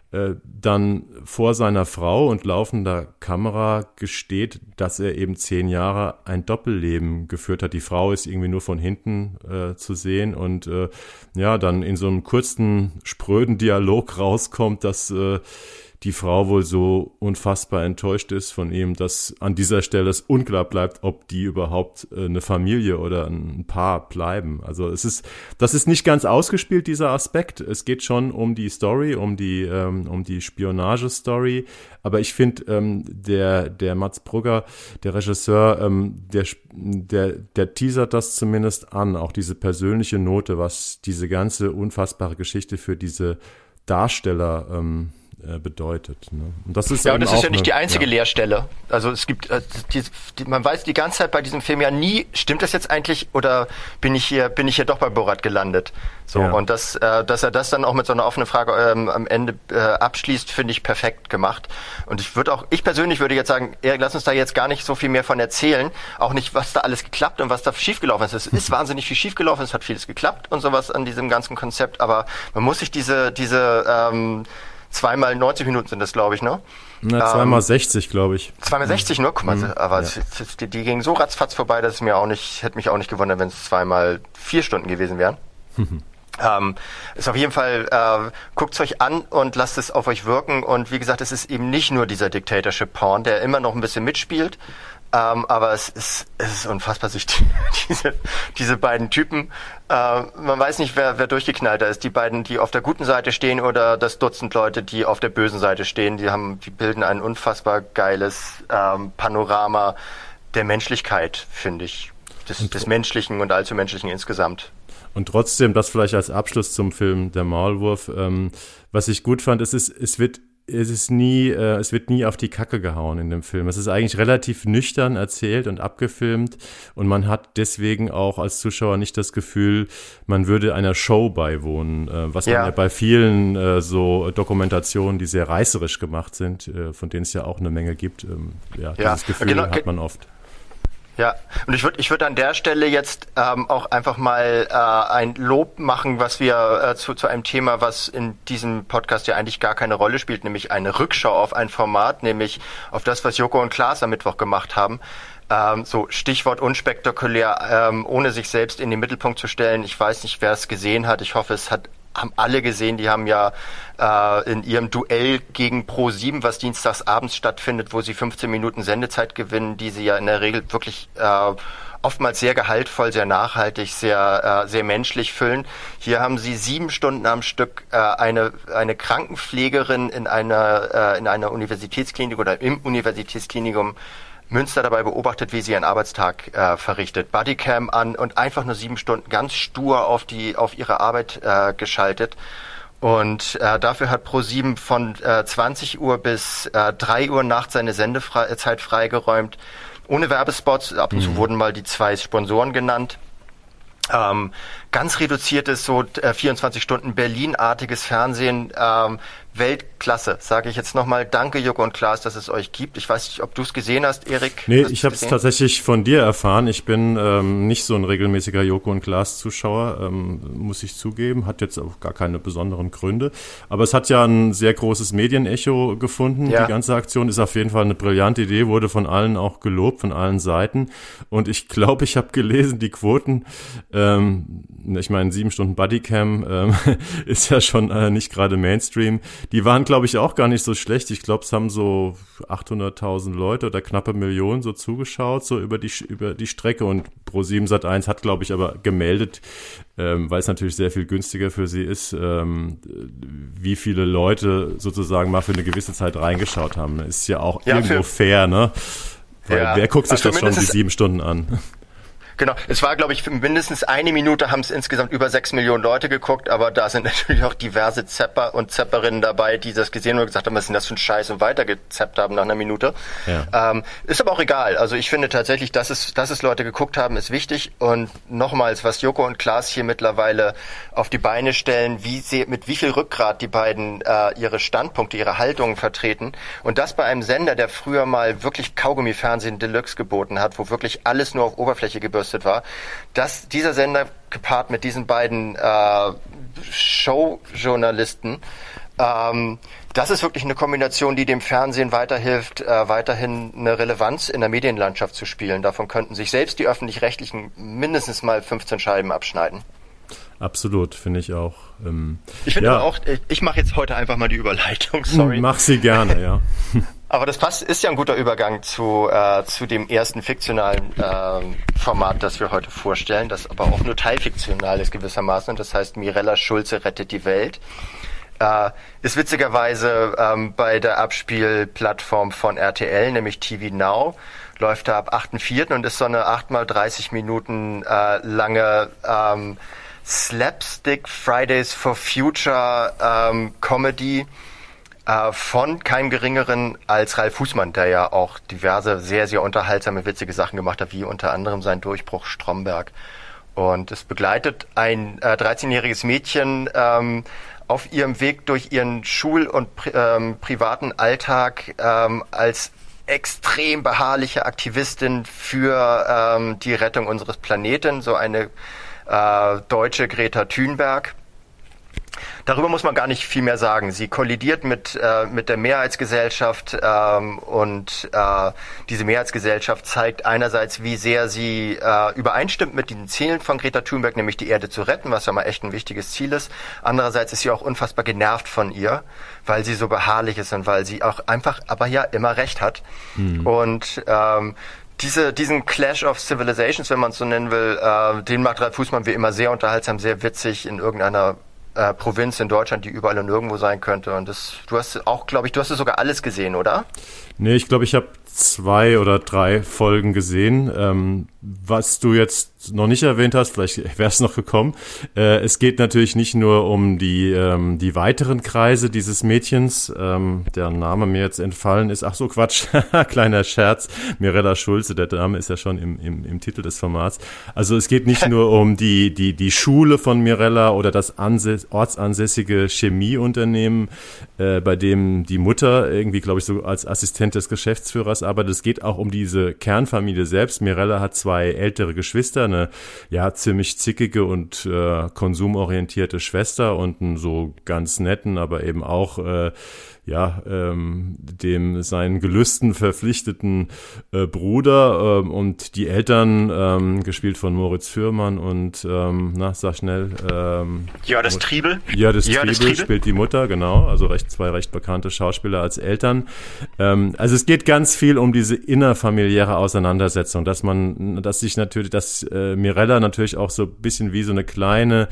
dann vor seiner Frau und laufender Kamera gesteht, dass er eben zehn Jahre ein Doppelleben geführt hat. Die Frau ist irgendwie nur von hinten äh, zu sehen und äh, ja, dann in so einem kurzen, spröden Dialog rauskommt, dass äh, die Frau wohl so unfassbar enttäuscht ist von ihm, dass an dieser Stelle es unklar bleibt, ob die überhaupt äh, eine Familie oder ein Paar bleiben. Also es ist, das ist nicht ganz ausgespielt, dieser Aspekt. Es geht schon um die Story, um die, ähm, um die Spionage-Story. Aber ich finde, ähm, der, der Mats Brugger, der Regisseur, ähm, der, der, der teasert das zumindest an, auch diese persönliche Note, was diese ganze unfassbare Geschichte für diese Darsteller ähm, bedeutet. Ne? Und das ist ja, und das ist ja nicht eine, die einzige ja. Leerstelle. Also es gibt, äh, die, die, man weiß die ganze Zeit bei diesem Film ja nie, stimmt das jetzt eigentlich oder bin ich hier, bin ich hier doch bei Borat gelandet? So ja. Und das, äh, dass er das dann auch mit so einer offenen Frage ähm, am Ende äh, abschließt, finde ich perfekt gemacht. Und ich würde auch, ich persönlich würde jetzt sagen, Erik, lass uns da jetzt gar nicht so viel mehr von erzählen, auch nicht, was da alles geklappt und was da schiefgelaufen ist. Es ist wahnsinnig viel schiefgelaufen, es hat vieles geklappt und sowas an diesem ganzen Konzept, aber man muss sich diese, diese ähm, zweimal neunzig Minuten sind das, glaube ich, ne? Na, zweimal ähm, sechzig, glaube ich. Zweimal sechzig nur? Guck mal, mhm. aber ja. die, die gingen so ratzfatz vorbei, dass es mir auch nicht, hätte mich auch nicht gewundert, wenn es zweimal vier Stunden gewesen wären. ähm, ist auf jeden Fall, äh, guckt's euch an und lasst es auf euch wirken und wie gesagt, es ist eben nicht nur dieser Dictatorship-Porn, der immer noch ein bisschen mitspielt, Ähm, aber es ist, es ist unfassbar, sich die, diese, diese beiden Typen, äh, man weiß nicht, wer, wer durchgeknallter ist. Die beiden, die auf der guten Seite stehen oder das Dutzend Leute, die auf der bösen Seite stehen, die haben, die bilden ein unfassbar geiles ähm, Panorama der Menschlichkeit, finde ich. Des, des Menschlichen und allzu Menschlichen insgesamt. Und trotzdem, das vielleicht als Abschluss zum Film Der Maulwurf, ähm, was ich gut fand, es ist, es wird Es ist nie, äh, es wird nie auf die Kacke gehauen in dem Film. Es ist eigentlich relativ nüchtern erzählt und abgefilmt und man hat deswegen auch als Zuschauer nicht das Gefühl, man würde einer Show beiwohnen, äh, was ja. man ja bei vielen äh, so Dokumentationen, die sehr reißerisch gemacht sind, äh, von denen es ja auch eine Menge gibt, ähm, ja, ja, dieses Gefühl genau, hat man oft. Ja, und ich würde ich würde an der Stelle jetzt ähm, auch einfach mal äh, ein Lob machen, was wir äh, zu, zu einem Thema, was in diesem Podcast ja eigentlich gar keine Rolle spielt, nämlich eine Rückschau auf ein Format, nämlich auf das, was Joko und Klaas am Mittwoch gemacht haben. Ähm, so Stichwort unspektakulär, ähm, ohne sich selbst in den Mittelpunkt zu stellen. Ich weiß nicht, wer es gesehen hat. Ich hoffe, es hat haben alle gesehen, die haben ja äh, in ihrem Duell gegen ProSieben, was dienstags abends stattfindet, wo sie fünfzehn Minuten Sendezeit gewinnen, die sie ja in der Regel wirklich äh, oftmals sehr gehaltvoll, sehr nachhaltig, sehr äh, sehr menschlich füllen. Hier haben sie sieben Stunden am Stück äh, eine eine Krankenpflegerin in einer äh, in einer Universitätsklinik oder im Universitätsklinikum Münster dabei beobachtet, wie sie ihren Arbeitstag äh, verrichtet. Bodycam an und einfach nur sieben Stunden ganz stur auf die auf ihre Arbeit äh, geschaltet. Und äh, dafür hat ProSieben von äh, zwanzig Uhr bis äh, drei Uhr nachts seine Sendezeit freigeräumt. Ohne Werbespots. Ab und zu mhm. wurden mal die zwei Sponsoren genannt. Ähm, ganz reduziertes, so äh, vierundzwanzig Stunden Berlin-artiges Fernsehen. Ähm, Weltklasse, sage ich jetzt nochmal. Danke, Joko und Klaas, dass es euch gibt. Ich weiß nicht, ob du es gesehen hast, Erik. Nee, ich habe es tatsächlich von dir erfahren. Ich bin ähm, nicht so ein regelmäßiger Joko und Klaas-Zuschauer, ähm, muss ich zugeben. Hat jetzt auch gar keine besonderen Gründe. Aber es hat ja ein sehr großes Medienecho gefunden. Ja. Die ganze Aktion ist auf jeden Fall eine brillante Idee, wurde von allen auch gelobt, von allen Seiten. Und ich glaube, ich habe gelesen, die Quoten, ähm, ich meine, sieben Stunden Bodycam ähm, ist ja schon äh, nicht gerade Mainstream. Die waren, glaube ich, auch gar nicht so schlecht. Ich glaube, es haben so achthunderttausend Leute oder knappe Millionen so zugeschaut, so über die über die Strecke. Und ProSieben Sat eins hat, glaube ich, aber gemeldet, ähm, weil es natürlich sehr viel günstiger für sie ist, ähm, wie viele Leute sozusagen mal für eine gewisse Zeit reingeschaut haben. Ist ja auch ja, irgendwo fair, ne? Weil ja. wer guckt sich also das schon die sieben Stunden an? Genau, es war, glaube ich, mindestens eine Minute haben es insgesamt über sechs Millionen Leute geguckt, aber da sind natürlich auch diverse Zepper und Zepperinnen dabei, die das gesehen und gesagt haben, was ist denn das für ein Scheiß und weitergezappt haben nach einer Minute. Ja. Ähm, ist aber auch egal. Also ich finde tatsächlich, dass es, dass es Leute geguckt haben, ist wichtig. Und nochmals, was Joko und Klaas hier mittlerweile auf die Beine stellen, wie sie, mit wie viel Rückgrat die beiden äh, ihre Standpunkte, ihre Haltungen vertreten. Und das bei einem Sender, der früher mal wirklich Kaugummi-Fernsehen Deluxe geboten hat, wo wirklich alles nur auf Oberfläche gebürstet war, dass dieser Sender gepaart mit diesen beiden äh, Showjournalisten, ähm, das ist wirklich eine Kombination, die dem Fernsehen weiterhilft, äh, weiterhin eine Relevanz in der Medienlandschaft zu spielen. Davon könnten sich selbst die Öffentlich-Rechtlichen mindestens mal fünfzehn Scheiben abschneiden. Absolut, finde ich auch. Ähm, ich finde ja. aber auch, ich mache jetzt heute einfach mal die Überleitung, sorry. Mach sie gerne, ja. Aber das passt, ist ja ein guter Übergang zu äh, zu dem ersten fiktionalen äh, Format, das wir heute vorstellen, das aber auch nur teilfiktional ist gewissermaßen. Und das heißt, Mirella Schulze rettet die Welt. Äh, ist witzigerweise ähm, bei der Abspielplattform von R T L, nämlich T V Now, läuft da ab achten vierten und ist so eine acht mal dreißig Minuten äh, lange ähm, Slapstick Fridays for Future ähm, Comedy von keinem Geringeren als Ralf Fußmann, der ja auch diverse, sehr, sehr unterhaltsame, witzige Sachen gemacht hat, wie unter anderem sein Durchbruch Stromberg. Und es begleitet ein äh, dreizehnjähriges Mädchen ähm, auf ihrem Weg durch ihren Schul- und pri- ähm, privaten Alltag ähm, als extrem beharrliche Aktivistin für ähm, die Rettung unseres Planeten, so eine äh, deutsche Greta Thunberg. Darüber muss man gar nicht viel mehr sagen. Sie kollidiert mit äh, mit der Mehrheitsgesellschaft ähm, und äh, diese Mehrheitsgesellschaft zeigt einerseits, wie sehr sie äh, übereinstimmt mit den Zielen von Greta Thunberg, nämlich die Erde zu retten, was ja mal echt ein wichtiges Ziel ist. Andererseits ist sie auch unfassbar genervt von ihr, weil sie so beharrlich ist und weil sie auch einfach, aber ja, immer recht hat. Mhm. Und ähm, Diese, diesen Clash of Civilizations, wenn man es so nennen will, äh, den macht Ralf Fußmann wie immer sehr unterhaltsam, sehr witzig in irgendeiner Äh, Provinz in Deutschland, die überall und nirgendwo sein könnte. Und das, du hast auch, glaube ich, du hast es sogar alles gesehen, oder? Nee, ich glaube, ich habe zwei oder drei Folgen gesehen. Ähm, was du jetzt noch nicht erwähnt hast, vielleicht wäre es noch gekommen. Äh, es geht natürlich nicht nur um die ähm, die weiteren Kreise dieses Mädchens, ähm, deren Name mir jetzt entfallen ist. Ach so, Quatsch, kleiner Scherz. Mirella Schulze, der Name ist ja schon im, im, im Titel des Formats. Also es geht nicht nur um die die die Schule von Mirella oder das ansäss- ortsansässige Chemieunternehmen, äh, bei dem die Mutter irgendwie, glaube ich, so als Assistent des Geschäftsführers arbeitet. Es geht auch um diese Kernfamilie selbst. Mirella hat zwei ältere Geschwister, eine ja ziemlich zickige und äh, konsumorientierte Schwester und einen so ganz netten, aber eben auch äh, ja, ähm, dem seinen Gelüsten verpflichteten äh, Bruder äh, und die Eltern, ähm, gespielt von Moritz Fürmann und, ähm, na, sag schnell. Ähm, ja, das Triebel. Ja, das Triebel spielt die Mutter, genau, also recht, zwei recht bekannte Schauspieler als Eltern. Ähm, also es geht ganz viel um diese innerfamiliäre Auseinandersetzung, dass man, dass sich natürlich, dass äh, Mirella natürlich auch so ein bisschen wie so eine kleine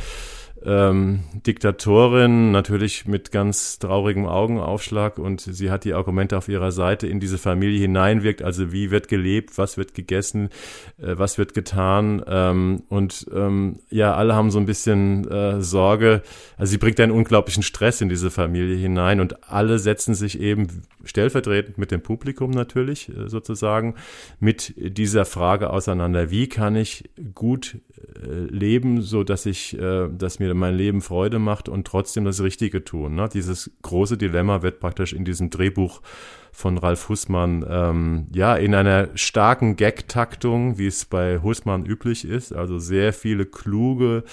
Ähm, Diktatorin, natürlich mit ganz traurigem Augenaufschlag, und sie hat die Argumente auf ihrer Seite, in diese Familie hineinwirkt, also wie wird gelebt, was wird gegessen, äh, was wird getan, ähm, und ähm, ja, alle haben so ein bisschen äh, Sorge, also sie bringt einen unglaublichen Stress in diese Familie hinein, und alle setzen sich eben stellvertretend mit dem Publikum natürlich äh, sozusagen mit dieser Frage auseinander, wie kann ich gut äh, leben, so dass ich, äh, dass mir mein Leben Freude macht und trotzdem das Richtige tun. Ne? Dieses große Dilemma wird praktisch in diesem Drehbuch von Ralf Hußmann ähm, ja in einer starken Gag-Taktung, wie es bei Hußmann üblich ist, also sehr viele kluge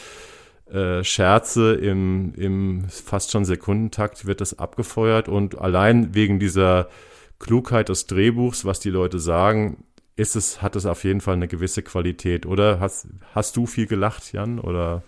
äh, Scherze im, im fast schon Sekundentakt wird das abgefeuert, und allein wegen dieser Klugheit des Drehbuchs, was die Leute sagen, ist es, hat es auf jeden Fall eine gewisse Qualität. Oder hast, hast du viel gelacht, Jan, oder?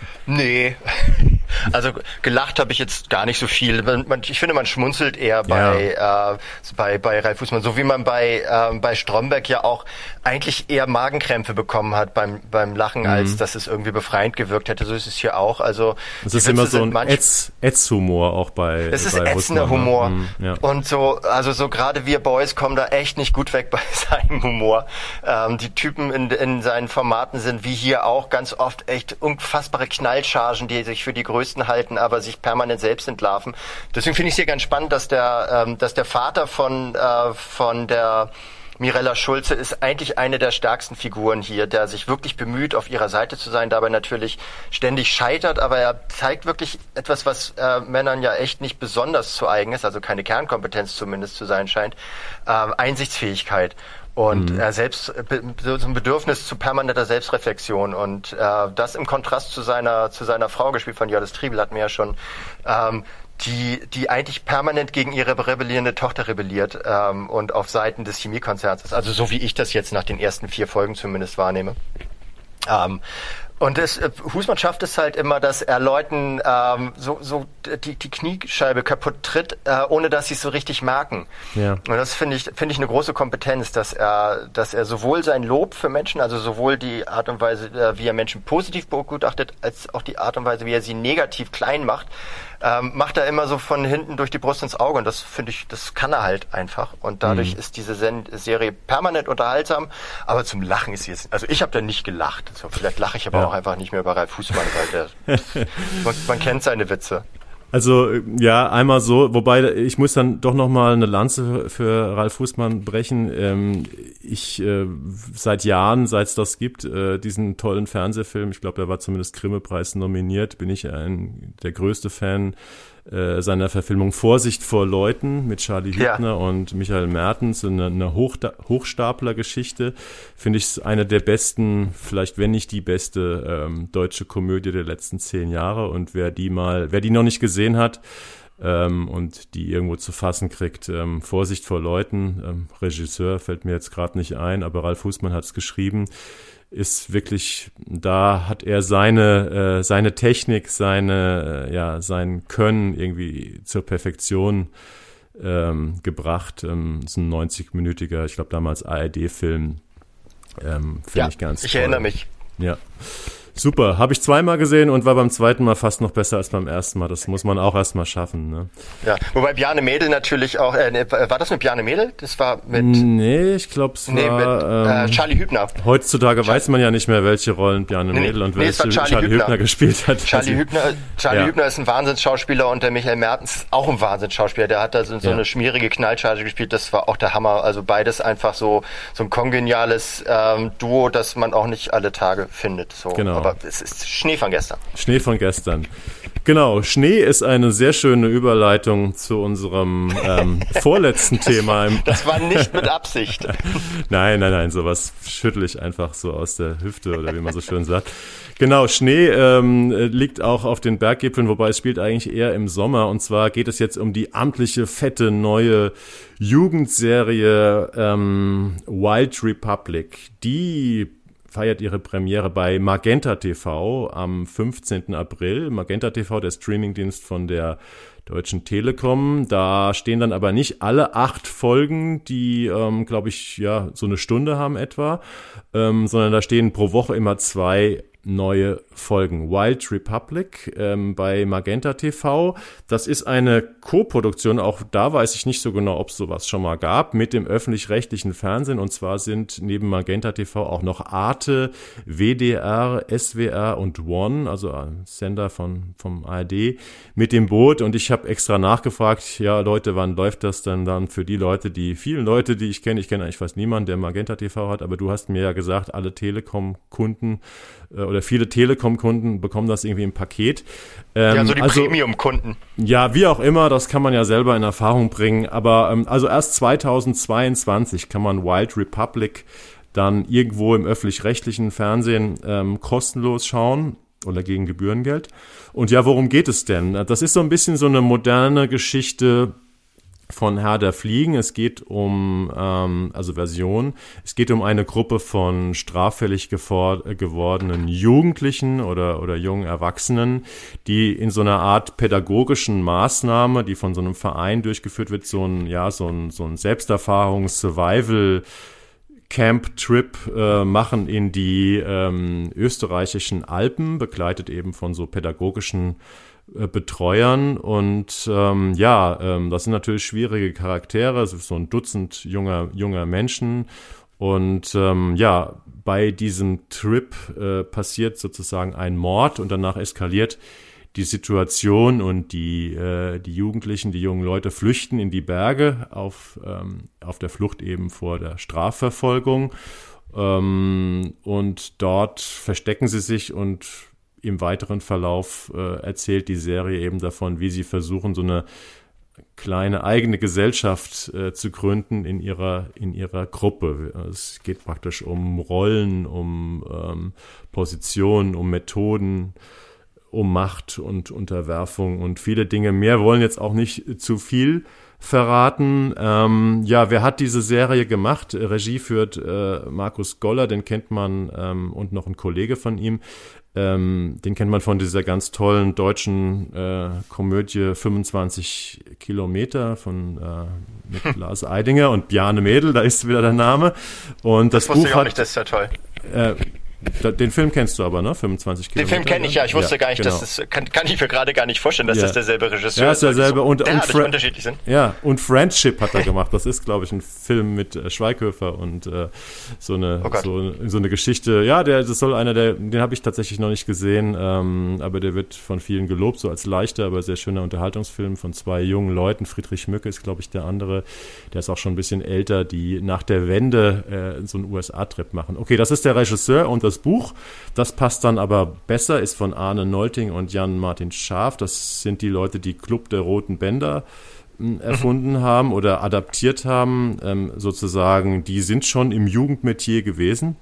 Nee, also gelacht habe ich jetzt gar nicht so viel. Man, man, ich finde, man schmunzelt eher bei ja. äh, bei bei Ralf Hußmann, so wie man bei äh, bei Stromberg ja auch eigentlich eher Magenkrämpfe bekommen hat beim beim Lachen, mhm. als dass es irgendwie befreiend gewirkt hätte. So ist es hier auch. Also es ist immer so ein Ätz, Ätz-Humor auch bei. Es ist bei ätzender Hußmann, Humor, ne? mhm, ja. Und so, also so gerade wir Boys kommen da echt nicht gut weg bei seinem Humor. Ähm, die Typen in in seinen Formaten sind wie hier auch ganz oft echt unfassbar Knallchargen, die sich für die Größten halten, aber sich permanent selbst entlarven. Deswegen finde ich es hier ganz spannend, dass der, ähm, dass der Vater von, äh, von der Mirella Schulze ist eigentlich eine der stärksten Figuren hier, der sich wirklich bemüht, auf ihrer Seite zu sein, dabei natürlich ständig scheitert, aber er zeigt wirklich etwas, was äh, Männern ja echt nicht besonders zu eigen ist, also keine Kernkompetenz zumindest zu sein scheint, äh, Einsichtsfähigkeit. Und mhm. er selbst so ein Bedürfnis zu permanenter Selbstreflexion, und äh, das im Kontrast zu seiner zu seiner Frau, gespielt von Jördis Triebel, hatten wir ja schon, ähm, die die eigentlich permanent gegen ihre rebellierende Tochter rebelliert ähm, und auf Seiten des Chemiekonzerns ist. Also so wie ich das jetzt nach den ersten vier Folgen zumindest wahrnehme. Ähm, Und es, äh, Hußmann schafft es halt immer, dass er Leuten ähm, so, so die, die Kniescheibe kaputt tritt, äh, ohne dass sie es so richtig merken. Ja. Und das finde ich, finde ich eine große Kompetenz, dass er, dass er sowohl sein Lob für Menschen, also sowohl die Art und Weise, äh, wie er Menschen positiv begutachtet, als auch die Art und Weise, wie er sie negativ klein macht, ähm, macht er immer so von hinten durch die Brust ins Auge. Und das finde ich, das kann er halt einfach. Und dadurch mhm. ist diese Sen- Serie permanent unterhaltsam. Aber zum Lachen ist sie jetzt, also ich habe da nicht gelacht. So, vielleicht lache ich aber ja. auch einfach nicht mehr über Ralf Hußmann, weil der, man, man kennt seine Witze. Also ja, einmal so, wobei ich muss dann doch nochmal eine Lanze für Ralf Hußmann brechen. Ähm, ich äh, seit Jahren, seit es das gibt, äh, diesen tollen Fernsehfilm, ich glaube, der war zumindest Grimme-Preis nominiert, bin ich ein der größte Fan äh, seiner Verfilmung Vorsicht vor Leuten mit Charlie Hübner ja. und Michael Mertens, eine, eine Hochda- Hochstapler-Geschichte. Finde ich eine der besten, vielleicht wenn nicht die beste ähm, deutsche Komödie der letzten zehn Jahre. Und wer die mal, wer die noch nicht gesehen hat ähm, und die irgendwo zu fassen kriegt, ähm, Vorsicht vor Leuten, ähm, Regisseur fällt mir jetzt gerade nicht ein, aber Ralf Hußmann hat es geschrieben, ist wirklich, da hat er seine äh, seine Technik, seine äh, ja sein Können irgendwie zur Perfektion ähm, gebracht. Ähm, ist ein neunzig-minütiger, ich glaube damals A R D-Film, ähm, finde ja, ich ganz ich toll. erinnere mich. Ja. Super, habe ich zweimal gesehen und war beim zweiten Mal fast noch besser als beim ersten Mal. Das muss man auch erstmal schaffen. Ne? Ja, wobei Bjarne Mädel natürlich auch, äh, war das mit Bjarne Mädel? Das war mit... Nee, ich glaube es war... Nee, mit äh, ähm, Charlie Hübner. Heutzutage Char- weiß man ja nicht mehr, welche Rollen Bjarne nee, Mädel und nee, welche Charlie, Charlie Hübner. Hübner gespielt hat. Charlie, Hübner, Charlie ja. Hübner ist ein Wahnsinnsschauspieler und der Michael Mertens ist auch ein Wahnsinnsschauspieler. Der hat da so, so ja. eine schmierige Knallcharge gespielt, das war auch der Hammer. Also beides einfach so so ein kongeniales ähm, Duo, das man auch nicht alle Tage findet. So. Genau. Aber es ist Schnee von gestern. Schnee von gestern. Genau, Schnee ist eine sehr schöne Überleitung zu unserem ähm, vorletzten das Thema. War, das war nicht mit Absicht. Nein, nein, nein, sowas schüttel ich einfach so aus der Hüfte oder wie man so schön sagt. Genau, Schnee ähm, liegt auch auf den Berggipfeln, wobei es spielt eigentlich eher im Sommer. Und zwar geht es jetzt um die amtliche, fette, neue Jugendserie ähm, Wild Republic. Die feiert ihre Premiere bei Magenta T V am fünfzehnten April. Magenta T V, der Streamingdienst von der Deutschen Telekom. Da stehen dann aber nicht alle acht Folgen, die, ähm, glaube ich, ja so eine Stunde haben etwa, ähm, sondern da stehen pro Woche immer zwei neue Folgen. Wild Republic ähm, bei Magenta T V. Das ist eine Co-Produktion, auch da weiß ich nicht so genau, ob es sowas schon mal gab, mit dem öffentlich-rechtlichen Fernsehen. Und zwar sind neben Magenta T V auch noch Arte, W D R, S W R und One, also ein Sender von vom A R D, mit dem Boot. Und ich habe extra nachgefragt, ja Leute, wann läuft das denn dann für die Leute, die vielen Leute, die ich kenne, ich kenne eigentlich fast niemanden, der Magenta T V hat, aber du hast mir ja gesagt, alle Telekom-Kunden äh, oder viele Telekom-Kunden bekommen das irgendwie im Paket. Ähm, ja, so die also, Premium-Kunden. Ja, wie auch immer, das kann man ja selber in Erfahrung bringen. Aber ähm, also erst zweitausendzweiundzwanzig kann man Wild Republic dann irgendwo im öffentlich-rechtlichen Fernsehen ähm, kostenlos schauen oder gegen Gebührengeld. Und ja, worum geht es denn? Das ist so ein bisschen so eine moderne Geschichte von Herr der Fliegen. Es geht um, ähm, also Version, es geht um eine Gruppe von straffällig gefor- gewordenen Jugendlichen oder, oder jungen Erwachsenen, die in so einer Art pädagogischen Maßnahme, die von so einem Verein durchgeführt wird, so ein, ja, so ein, so ein Selbsterfahrungs-Survival- Camp-Trip äh, machen in die ähm, österreichischen Alpen, begleitet eben von so pädagogischen äh, Betreuern. Und ähm, ja, ähm, das sind natürlich schwierige Charaktere, es ist so ein Dutzend junger, junger Menschen. Und ähm, ja, bei diesem Trip äh, passiert sozusagen ein Mord und danach eskaliert die Situation und die äh, die Jugendlichen, die jungen Leute flüchten in die Berge auf ähm, auf der Flucht eben vor der Strafverfolgung ähm, und dort verstecken sie sich und im weiteren Verlauf äh, erzählt die Serie eben davon, wie sie versuchen, so eine kleine eigene Gesellschaft äh, zu gründen in ihrer in ihrer Gruppe. Es geht praktisch um Rollen, um ähm, Positionen, um Methoden, um Macht und Unterwerfung und viele Dinge mehr. Wir wollen jetzt auch nicht zu viel verraten. Ähm, ja, wer hat diese Serie gemacht? Regie führt äh, Markus Goller, den kennt man, ähm, und noch ein Kollege von ihm. Ähm, den kennt man von dieser ganz tollen deutschen äh, Komödie fünfundzwanzig Kilometer von äh, mit Lars Eidinger und Bjarne Mädel, da ist wieder der Name. Und das, das wusste Buch ich auch hat, nicht, das ist ja toll. Äh, Den Film kennst du aber, ne? fünfundzwanzig Kilometer. Den Film kenne ich, ja. Ich wusste ja, gar nicht, genau. dass das, kann, kann ich mir gerade gar nicht vorstellen, dass ja. das derselbe Regisseur ja, ist. Ja, ist derselbe. So und, und Fra- unterschiedlich sind. Ja, und Friendship hat er gemacht. Das ist, glaube ich, ein Film mit äh, Schweighöfer und äh, so eine oh so, so eine Geschichte. Ja, der, das soll einer der, den habe ich tatsächlich noch nicht gesehen, ähm, aber der wird von vielen gelobt, so als leichter, aber sehr schöner Unterhaltungsfilm von zwei jungen Leuten. Friedrich Mücke ist, glaube ich, der andere. Der ist auch schon ein bisschen älter, die nach der Wende äh, so einen U S A-Trip machen. Okay, das ist der Regisseur und das Buch. Das passt dann aber besser, ist von Arne Nolting und Jan-Martin Schaaf. Das sind die Leute, die Club der Roten Bänder äh, erfunden mhm. haben oder adaptiert haben, ähm, sozusagen. Die sind schon im Jugendmetier gewesen.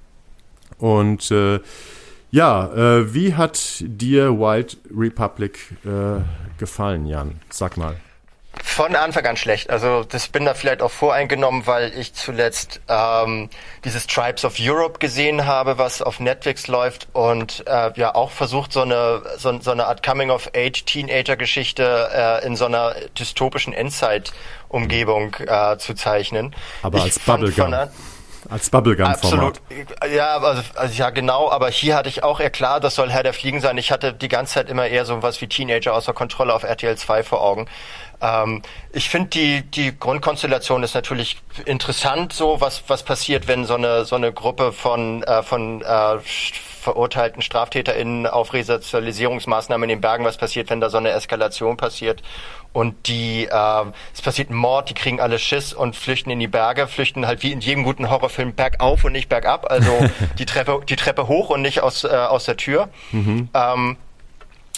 Und äh, ja, äh, wie hat dir Wild Republic äh, gefallen, Jan? Sag mal. Von Anfang an schlecht. Also das bin da vielleicht auch voreingenommen, weil ich zuletzt ähm, dieses Tribes of Europe gesehen habe, was auf Netflix läuft und äh, ja auch versucht, so eine so, so eine Art Coming-of-Age-Teenager-Geschichte äh, in so einer dystopischen Endzeit-Umgebung äh, zu zeichnen. Aber ich als Bubblegum. Als Bubblegum-Format. Absolut. Ja, also, also ja genau, aber hier hatte ich auch eher klar, das soll Herr der Fliegen sein. Ich hatte die ganze Zeit immer eher so was wie Teenager außer Kontrolle auf R T L zwei vor Augen. Ähm, ich finde die die Grundkonstellation ist natürlich interessant, so was was passiert, wenn so eine so eine Gruppe von äh, von äh, verurteilten StraftäterInnen auf Resozialisierungsmaßnahmen in den Bergen, was passiert, wenn da so eine Eskalation passiert und die äh, es passiert ein Mord, die kriegen alle Schiss und flüchten in die Berge, flüchten halt wie in jedem guten Horrorfilm bergauf und nicht bergab, also die Treppe die Treppe hoch und nicht aus äh, aus der Tür. Mhm. Ähm,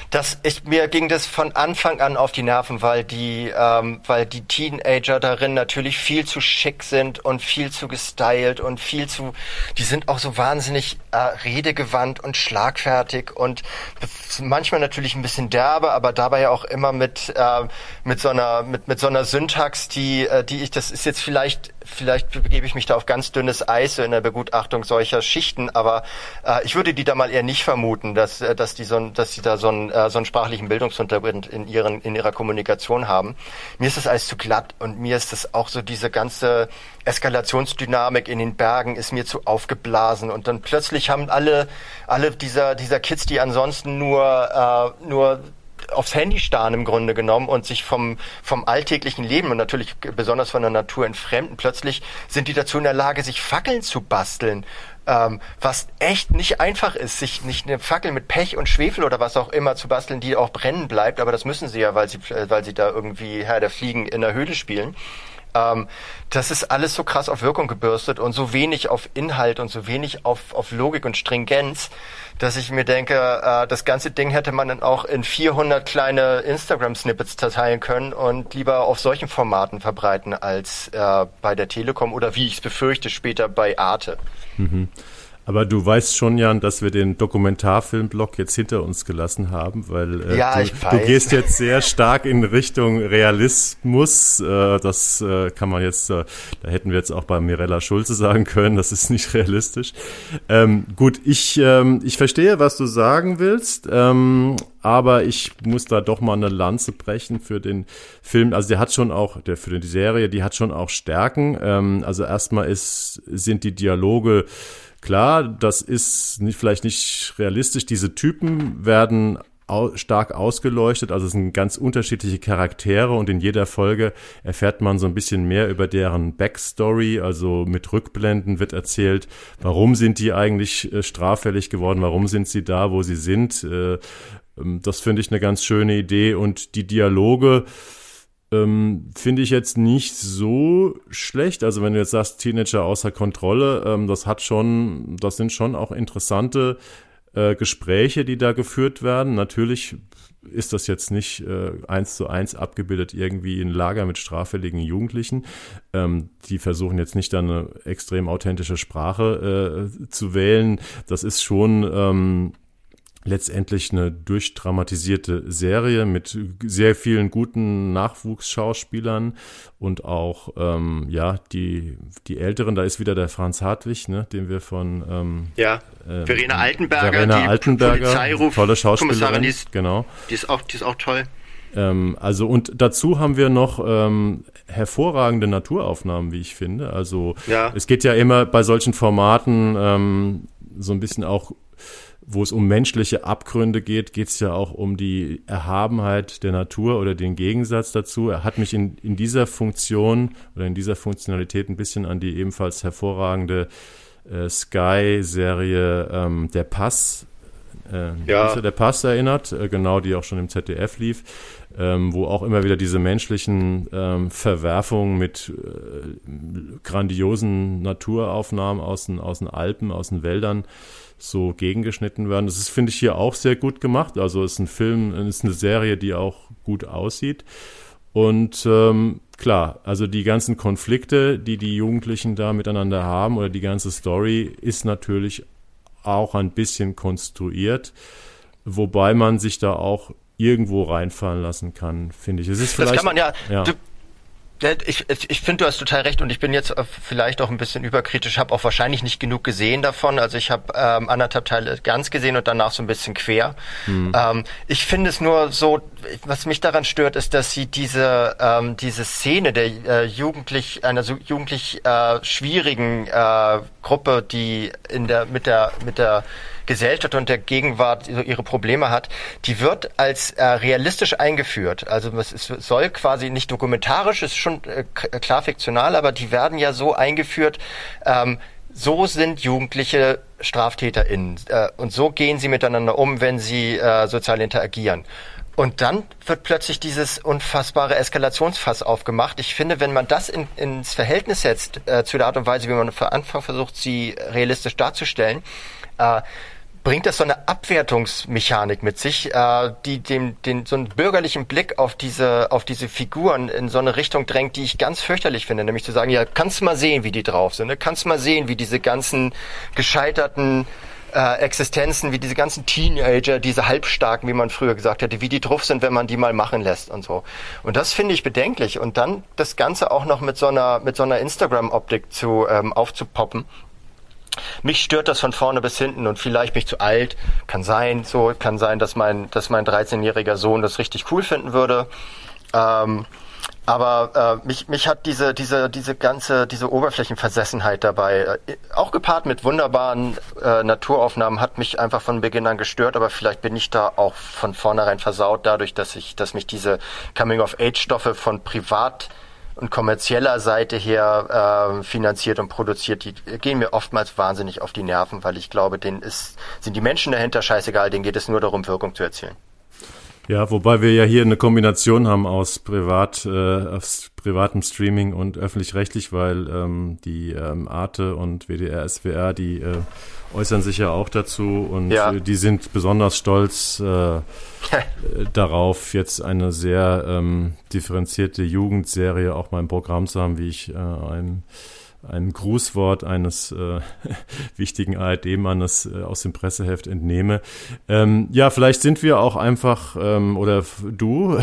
Das ich, mir ging das von Anfang an auf die Nerven, weil die, ähm, weil die Teenager darin natürlich viel zu schick sind und viel zu gestylt und viel zu, die sind auch so wahnsinnig äh, redegewandt und schlagfertig und manchmal natürlich ein bisschen derbe, aber dabei ja auch immer mit äh, mit so einer mit mit so einer Syntax, die äh, die ich, das ist jetzt vielleicht vielleicht begebe ich mich da auf ganz dünnes Eis so in der Begutachtung solcher Schichten, aber äh, ich würde die da mal eher nicht vermuten, dass äh, dass die so ein, dass sie da so einen äh, so einen sprachlichen Bildungshintergrund in ihren in ihrer Kommunikation haben. Mir ist das alles zu glatt und mir ist das auch so diese ganze Eskalationsdynamik in den Bergen ist mir zu aufgeblasen und dann plötzlich haben alle alle dieser dieser Kids, die ansonsten nur äh, nur aufs Handy starren im Grunde genommen und sich vom vom alltäglichen Leben und natürlich besonders von der Natur entfremden, plötzlich sind die dazu in der Lage, sich Fackeln zu basteln, ähm, was echt nicht einfach ist, sich nicht eine Fackel mit Pech und Schwefel oder was auch immer zu basteln, die auch brennen bleibt, aber das müssen sie ja, weil sie weil sie da irgendwie Herr der Fliegen in der Höhle spielen. Ähm, das ist alles so krass auf Wirkung gebürstet und so wenig auf Inhalt und so wenig auf, auf Logik und Stringenz, dass ich mir denke, äh, das ganze Ding hätte man dann auch in vierhundert kleine Instagram-Snippets zerteilen können und lieber auf solchen Formaten verbreiten als äh, bei der Telekom oder wie ich es befürchte, später bei Arte. Mhm. Aber du weißt schon, Jan, dass wir den Dokumentarfilmblock jetzt hinter uns gelassen haben, weil äh, ja, du, ich weiß. du gehst jetzt sehr stark in Richtung Realismus. Äh, das äh, kann man jetzt, äh, da hätten wir jetzt auch bei Mirella Schulze sagen können, das ist nicht realistisch. Ähm, gut, ich ähm, ich verstehe, was du sagen willst, ähm, aber ich muss da doch mal eine Lanze brechen für den Film. Also der hat schon auch, der für die Serie, die hat schon auch Stärken. Ähm, also erstmal ist sind die Dialoge klar, das ist nicht, vielleicht nicht realistisch. Diese Typen werden au- stark ausgeleuchtet, also es sind ganz unterschiedliche Charaktere und in jeder Folge erfährt man so ein bisschen mehr über deren Backstory, also mit Rückblenden wird erzählt, warum sind die eigentlich äh, straffällig geworden, warum sind sie da, wo sie sind. Äh, das finde ich eine ganz schöne Idee und die Dialoge Ähm, finde ich jetzt nicht so schlecht. Also wenn du jetzt sagst, Teenager außer Kontrolle, ähm, das hat schon, das sind schon auch interessante äh, Gespräche, die da geführt werden. Natürlich ist das jetzt nicht äh, eins zu eins abgebildet irgendwie in Lager mit straffälligen Jugendlichen. Ähm, die versuchen jetzt nicht dann eine extrem authentische Sprache äh, zu wählen. Das ist schon ähm, letztendlich eine durchdramatisierte Serie mit sehr vielen guten Nachwuchsschauspielern und auch ähm, ja die die Älteren, da ist wieder der Franz Hartwig, ne, den wir von ähm, ja äh, Verena Altenberger, Verena die Altenberger, Polizeiruf, tolle Schauspielerin, Kommissarin, die ist, genau, die ist auch die ist auch toll. Ähm, also und dazu haben wir noch ähm, hervorragende Naturaufnahmen, wie ich finde. Also ja. Es geht ja immer bei solchen Formaten ähm, so ein bisschen auch, wo es um menschliche Abgründe geht, geht es ja auch um die Erhabenheit der Natur oder den Gegensatz dazu. Er hat mich in, in dieser Funktion oder in dieser Funktionalität ein bisschen an die ebenfalls hervorragende äh, Sky-Serie ähm, Der Pass, äh, ja. ist ja Der Pass erinnert, äh, genau, die auch schon im Z D F lief, ähm, wo auch immer wieder diese menschlichen ähm, Verwerfungen mit äh, grandiosen Naturaufnahmen aus den, aus den Alpen, aus den Wäldern so gegengeschnitten werden. Das ist, finde ich, hier auch sehr gut gemacht. Also es ist ein Film, es ist eine Serie, die auch gut aussieht. Und ähm, klar, also die ganzen Konflikte, die die Jugendlichen da miteinander haben oder die ganze Story ist natürlich auch ein bisschen konstruiert, wobei man sich da auch irgendwo reinfallen lassen kann, finde ich. Es ist vielleicht, das kann man ja... ja. Du Ich, ich, ich finde, du hast total recht und ich bin jetzt vielleicht auch ein bisschen überkritisch, habe auch wahrscheinlich nicht genug gesehen davon. Also ich habe ähm, anderthalb Teile ganz gesehen und danach so ein bisschen quer. Hm. Ähm, ich finde es nur so, was mich daran stört, ist, dass sie diese ähm, diese Szene der äh, jugendlich einer so jugendlich äh, schwierigen äh, Gruppe, die in der mit der mit der Gesellschaft und der Gegenwart ihre Probleme hat, die wird als äh, realistisch eingeführt. Also es, es soll quasi nicht dokumentarisch, ist schon äh, klar fiktional, aber die werden ja so eingeführt, ähm, so sind Jugendliche StraftäterInnen äh, und so gehen sie miteinander um, wenn sie äh, sozial interagieren. Und dann wird plötzlich dieses unfassbare Eskalationsfass aufgemacht. Ich finde, wenn man das in, ins Verhältnis setzt äh, zu der Art und Weise, wie man von Anfang versucht, sie realistisch darzustellen, äh, bringt das so eine Abwertungsmechanik mit sich, äh, die dem, den, so einen bürgerlichen Blick auf diese, auf diese Figuren in so eine Richtung drängt, die ich ganz fürchterlich finde, nämlich zu sagen, ja, kannst du mal sehen, wie die drauf sind, ne? Kannst du mal sehen, wie diese ganzen gescheiterten Äh, Existenzen, wie diese ganzen Teenager, diese Halbstarken, wie man früher gesagt hätte, wie die drauf sind, wenn man die mal machen lässt und so. Und das finde ich bedenklich. Und dann das Ganze auch noch mit so einer, mit so einer Instagram-Optik zu, ähm, aufzupoppen. Mich stört das von vorne bis hinten und vielleicht bin ich zu alt. Kann sein, so, kann sein, dass mein, dass mein dreizehnjähriger Sohn das richtig cool finden würde. Ähm, Aber äh, mich mich hat diese diese diese ganze diese Oberflächenversessenheit dabei, äh, auch gepaart mit wunderbaren äh, Naturaufnahmen, hat mich einfach von Beginn an gestört. Aber vielleicht bin ich da auch von vornherein versaut dadurch, dass ich dass mich diese Coming-of-Age-Stoffe von privat und kommerzieller Seite her äh, finanziert und produziert, die gehen mir oftmals wahnsinnig auf die Nerven, weil ich glaube, denen ist sind die Menschen dahinter scheißegal, denen geht es nur darum, Wirkung zu erzielen. Ja, wobei wir ja hier eine Kombination haben aus privat, äh, aus privatem Streaming und öffentlich-rechtlich, weil ähm, die ähm, Arte und W D R, S W R, die äh, äußern sich ja auch dazu und ja. äh, die sind besonders stolz äh, darauf, jetzt eine sehr ähm, differenzierte Jugendserie auch mal im Programm zu haben, wie ich äh, einem einem Grußwort eines äh, wichtigen A R D-Mannes äh, aus dem Presseheft entnehme. Ähm, ja, vielleicht sind wir auch einfach, ähm, oder du,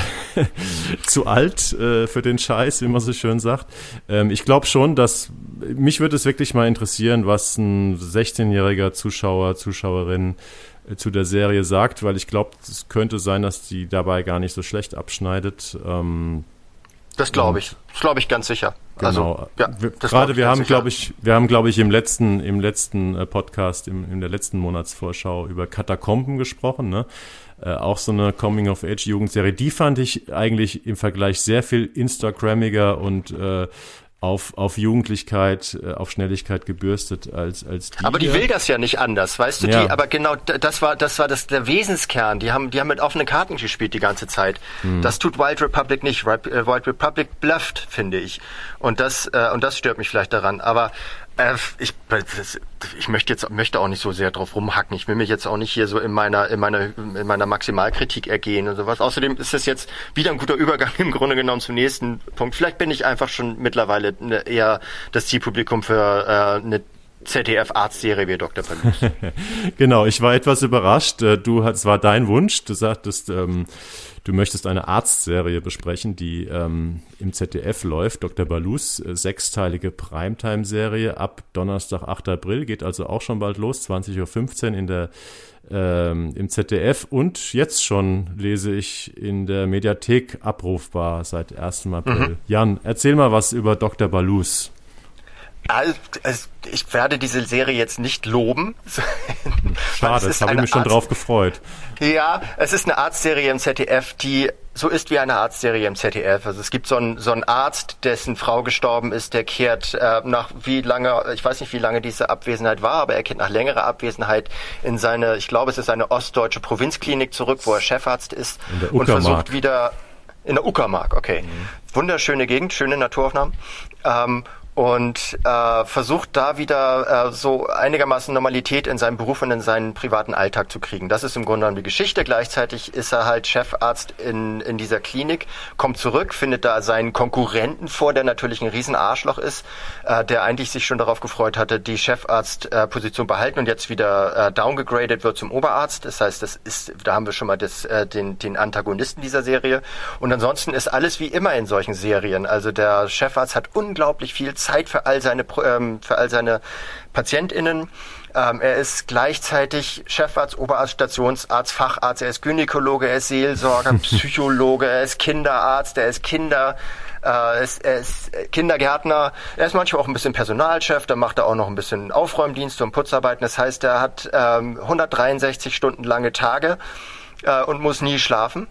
zu alt äh, für den Scheiß, wie man so schön sagt. Ähm, ich glaube schon, dass, mich würde es wirklich mal interessieren, was ein sechzehnjähriger Zuschauer, Zuschauerin äh, zu der Serie sagt, weil ich glaube, es könnte sein, dass die dabei gar nicht so schlecht abschneidet. Ähm, Das glaube ich. Das glaube ich ganz sicher. Genau. Also, ja, wir, gerade wir haben, glaube ich, wir haben, glaube ich, im letzten, im letzten äh, Podcast, im, in der letzten Monatsvorschau über Katakomben gesprochen, ne? Äh, auch so eine Coming-of-Age-Jugendserie. Die fand ich eigentlich im Vergleich sehr viel Instagrammiger und äh, auf, auf Jugendlichkeit, auf Schnelligkeit gebürstet als, als die. Aber die hier. will das ja nicht anders, weißt du, ja. die, aber genau, das war, das war das, der Wesenskern. Die haben, die haben mit offenen Karten gespielt die ganze Zeit. Hm. Das tut Wild Republic nicht. Wild Republic blufft, finde ich. Und das, äh, und das stört mich vielleicht daran. Aber, äh, ich, das, ich möchte jetzt, möchte auch nicht so sehr drauf rumhacken. Ich will mich jetzt auch nicht hier so in meiner, in meiner, in meiner Maximalkritik ergehen und sowas. Außerdem ist das jetzt wieder ein guter Übergang im Grunde genommen zum nächsten Punkt. Vielleicht bin ich einfach schon mittlerweile eher das Zielpublikum für äh, eine Z D F-Arztserie wie Doktor Balus. Genau, ich war etwas überrascht. Du, es war dein Wunsch. Du sagtest, ähm, du möchtest eine Arztserie besprechen, die ähm, im Z D F läuft. Doktor Balus, äh, sechsteilige Primetime-Serie ab Donnerstag, achter April. Geht also auch schon bald los, zwanzig Uhr fünfzehn in der ähm, im Z D F. Und jetzt schon lese ich in der Mediathek abrufbar seit ersten April. Mhm. Jan, erzähl mal was über Doktor Balus. Also, ich werde diese Serie jetzt nicht loben. Schade, das habe ich mich schon Arzt- drauf gefreut. Ja, es ist eine Arztserie im Z D F, die so ist wie eine Arztserie im Z D F. Also es gibt so einen, so einen Arzt, dessen Frau gestorben ist, der kehrt äh, nach wie lange, ich weiß nicht, wie lange diese Abwesenheit war, aber er kehrt nach längerer Abwesenheit in seine, ich glaube, es ist eine ostdeutsche Provinzklinik zurück, wo er Chefarzt ist und versucht wieder in der Uckermark, okay. Mhm. Wunderschöne Gegend, schöne Naturaufnahmen. Ähm, und äh, versucht da wieder äh, so einigermaßen Normalität in seinem Beruf und in seinen privaten Alltag zu kriegen. Das ist im Grunde genommen die Geschichte. Gleichzeitig ist er halt Chefarzt in in dieser Klinik, kommt zurück, findet da seinen Konkurrenten vor, der natürlich ein Riesenarschloch ist, äh, der eigentlich sich schon darauf gefreut hatte, die Chefarztposition äh, behalten und jetzt wieder äh, downgegradet wird zum Oberarzt. Das heißt, das ist, da haben wir schon mal das, äh, den den Antagonisten dieser Serie. Und ansonsten ist alles wie immer in solchen Serien. Also der Chefarzt hat unglaublich viel Zeit für all seine ähm, für all seine PatientInnen. Ähm, er ist gleichzeitig Chefarzt, Oberarzt, Stationsarzt, Facharzt, er ist Gynäkologe, er ist Seelsorger, Psychologe, er ist Kinderarzt, er ist Kinder, äh, er, ist, er ist Kindergärtner, er ist manchmal auch ein bisschen Personalchef, da macht er auch noch ein bisschen Aufräumdienste und Putzarbeiten. Das heißt, er hat ähm, hundertdreiundsechzig Stunden lange Tage äh, und muss nie schlafen.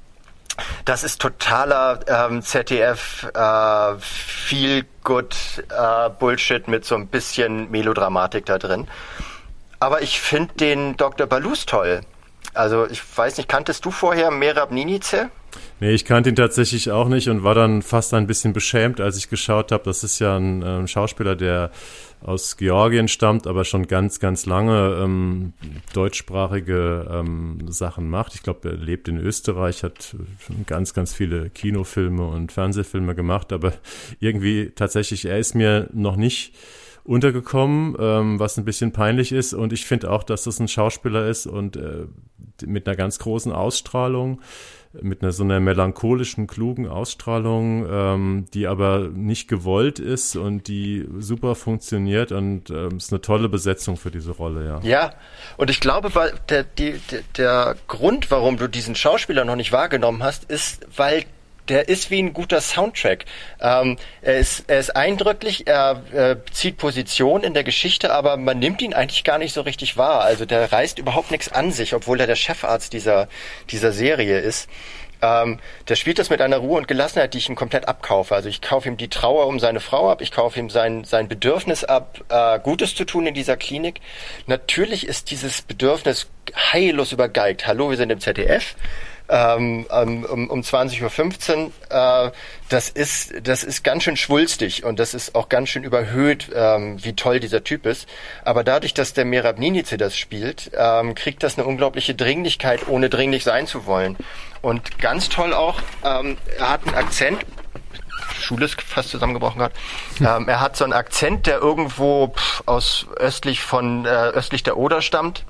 Das ist totaler ähm, Z D F äh, Feel Good äh, Bullshit mit so ein bisschen Melodramatik da drin. Aber ich finde den Doktor Balus toll. Also ich weiß nicht, kanntest du vorher Merab Ninice? Nee, ich kannte ihn tatsächlich auch nicht und war dann fast ein bisschen beschämt, als ich geschaut habe. Das ist ja ein ähm, Schauspieler, der aus Georgien stammt, aber schon ganz, ganz lange ähm, deutschsprachige ähm, Sachen macht. Ich glaube, er lebt in Österreich, hat schon ganz, ganz viele Kinofilme und Fernsehfilme gemacht, aber irgendwie tatsächlich, er ist mir noch nicht untergekommen, ähm, was ein bisschen peinlich ist. Und ich finde auch, dass das ein Schauspieler ist und äh, mit einer ganz großen Ausstrahlung, mit einer so einer melancholischen, klugen Ausstrahlung, ähm, die aber nicht gewollt ist und die super funktioniert und ähm, ist eine tolle Besetzung für diese Rolle, ja. Ja, und ich glaube, weil der, die, der, der Grund, warum du diesen Schauspieler noch nicht wahrgenommen hast, ist, weil der ist wie ein guter Soundtrack. Ähm, er ist, er ist eindrücklich, er äh, zieht Position in der Geschichte, aber man nimmt ihn eigentlich gar nicht so richtig wahr. Also der reißt überhaupt nichts an sich, obwohl er der Chefarzt dieser, dieser Serie ist. Ähm, der spielt das mit einer Ruhe und Gelassenheit, die ich ihm komplett abkaufe. Also ich kaufe ihm die Trauer um seine Frau ab, ich kaufe ihm sein, sein Bedürfnis ab, äh, Gutes zu tun in dieser Klinik. Natürlich ist dieses Bedürfnis heillos übergeigt. Hallo, wir sind im Z D F. Ähm, um, um zwanzig Uhr fünfzehn, äh, das ist, das ist ganz schön schwulstig und das ist auch ganz schön überhöht, ähm, wie toll dieser Typ ist. Aber dadurch, dass der Merab Ninice das spielt, ähm, kriegt das eine unglaubliche Dringlichkeit, ohne dringlich sein zu wollen. Und ganz toll auch, ähm, er hat einen Akzent, Schule ist fast zusammengebrochen gerade. Hm. Ähm, er hat so einen Akzent, der irgendwo pff, aus östlich von, äh, östlich der Oder stammt.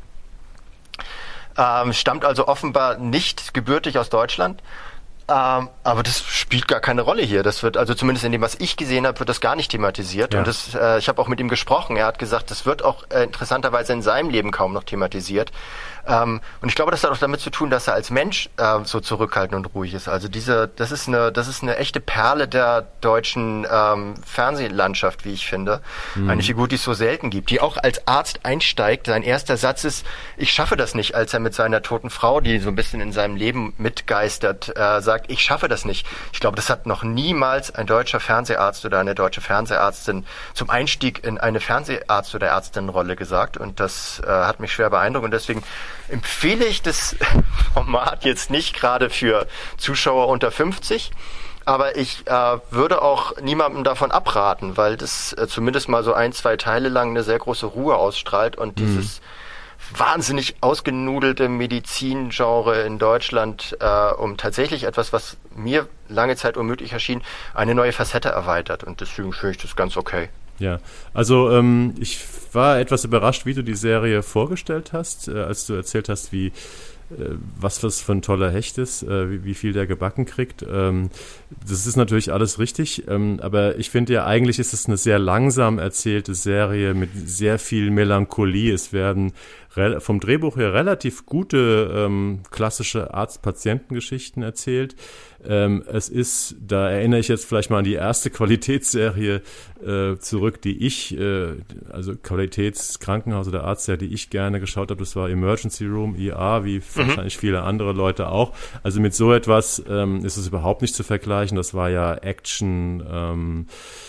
Ähm, stammt also offenbar nicht gebürtig aus Deutschland. Ähm, aber das spielt gar keine Rolle hier. Das wird, also zumindest in dem, was ich gesehen habe, wird das gar nicht thematisiert. Ja. Und das, äh, ich habe auch mit ihm gesprochen. Er hat gesagt, das wird auch äh, interessanterweise in seinem Leben kaum noch thematisiert. Ähm, und ich glaube, das hat auch damit zu tun, dass er als Mensch äh, so zurückhaltend und ruhig ist. Also diese, das ist eine, das ist eine echte Perle der deutschen ähm, Fernsehlandschaft, wie ich finde. Mhm. Eine Figur, die es so selten gibt, die auch als Arzt einsteigt. Sein erster Satz ist: Ich schaffe das nicht, als er mit seiner toten Frau, die so ein bisschen in seinem Leben mitgeistert, äh, sagt: Ich schaffe das nicht. Ich glaube, das hat noch niemals ein deutscher Fernseharzt oder eine deutsche Fernsehärztin zum Einstieg in eine Fernseharzt- oder Ärztinnenrolle gesagt. Und das äh, hat mich schwer beeindruckt. Und deswegen empfehle ich das Format jetzt nicht gerade für Zuschauer unter fünfzig, aber ich äh, würde auch niemandem davon abraten, weil das äh, zumindest mal so ein, zwei Teile lang eine sehr große Ruhe ausstrahlt und mhm. dieses wahnsinnig ausgenudelte Medizingenre in Deutschland äh, um tatsächlich etwas, was mir lange Zeit unmöglich erschien, eine neue Facette erweitert und deswegen finde ich das ganz okay. Ja, also ähm, ich war etwas überrascht, wie du die Serie vorgestellt hast, äh, als du erzählt hast, wie äh, was das für ein toller Hecht ist, äh, wie, wie viel der gebacken kriegt. Ähm, das ist natürlich alles richtig, ähm, aber ich finde ja, eigentlich ist es eine sehr langsam erzählte Serie mit sehr viel Melancholie. Es werden re- vom Drehbuch her relativ gute ähm, klassische Arzt-Patienten-Geschichten erzählt. Ähm, es ist, da erinnere ich jetzt vielleicht mal an die erste Qualitätsserie äh, zurück, die ich, äh, also Qualitätskrankenhaus oder Arztserie, die ich gerne geschaut habe, das war Emergency Room, I A, wie mhm. wahrscheinlich viele andere Leute auch. Also mit so etwas ähm, ist es überhaupt nicht zu vergleichen. Das war ja Action, ähm,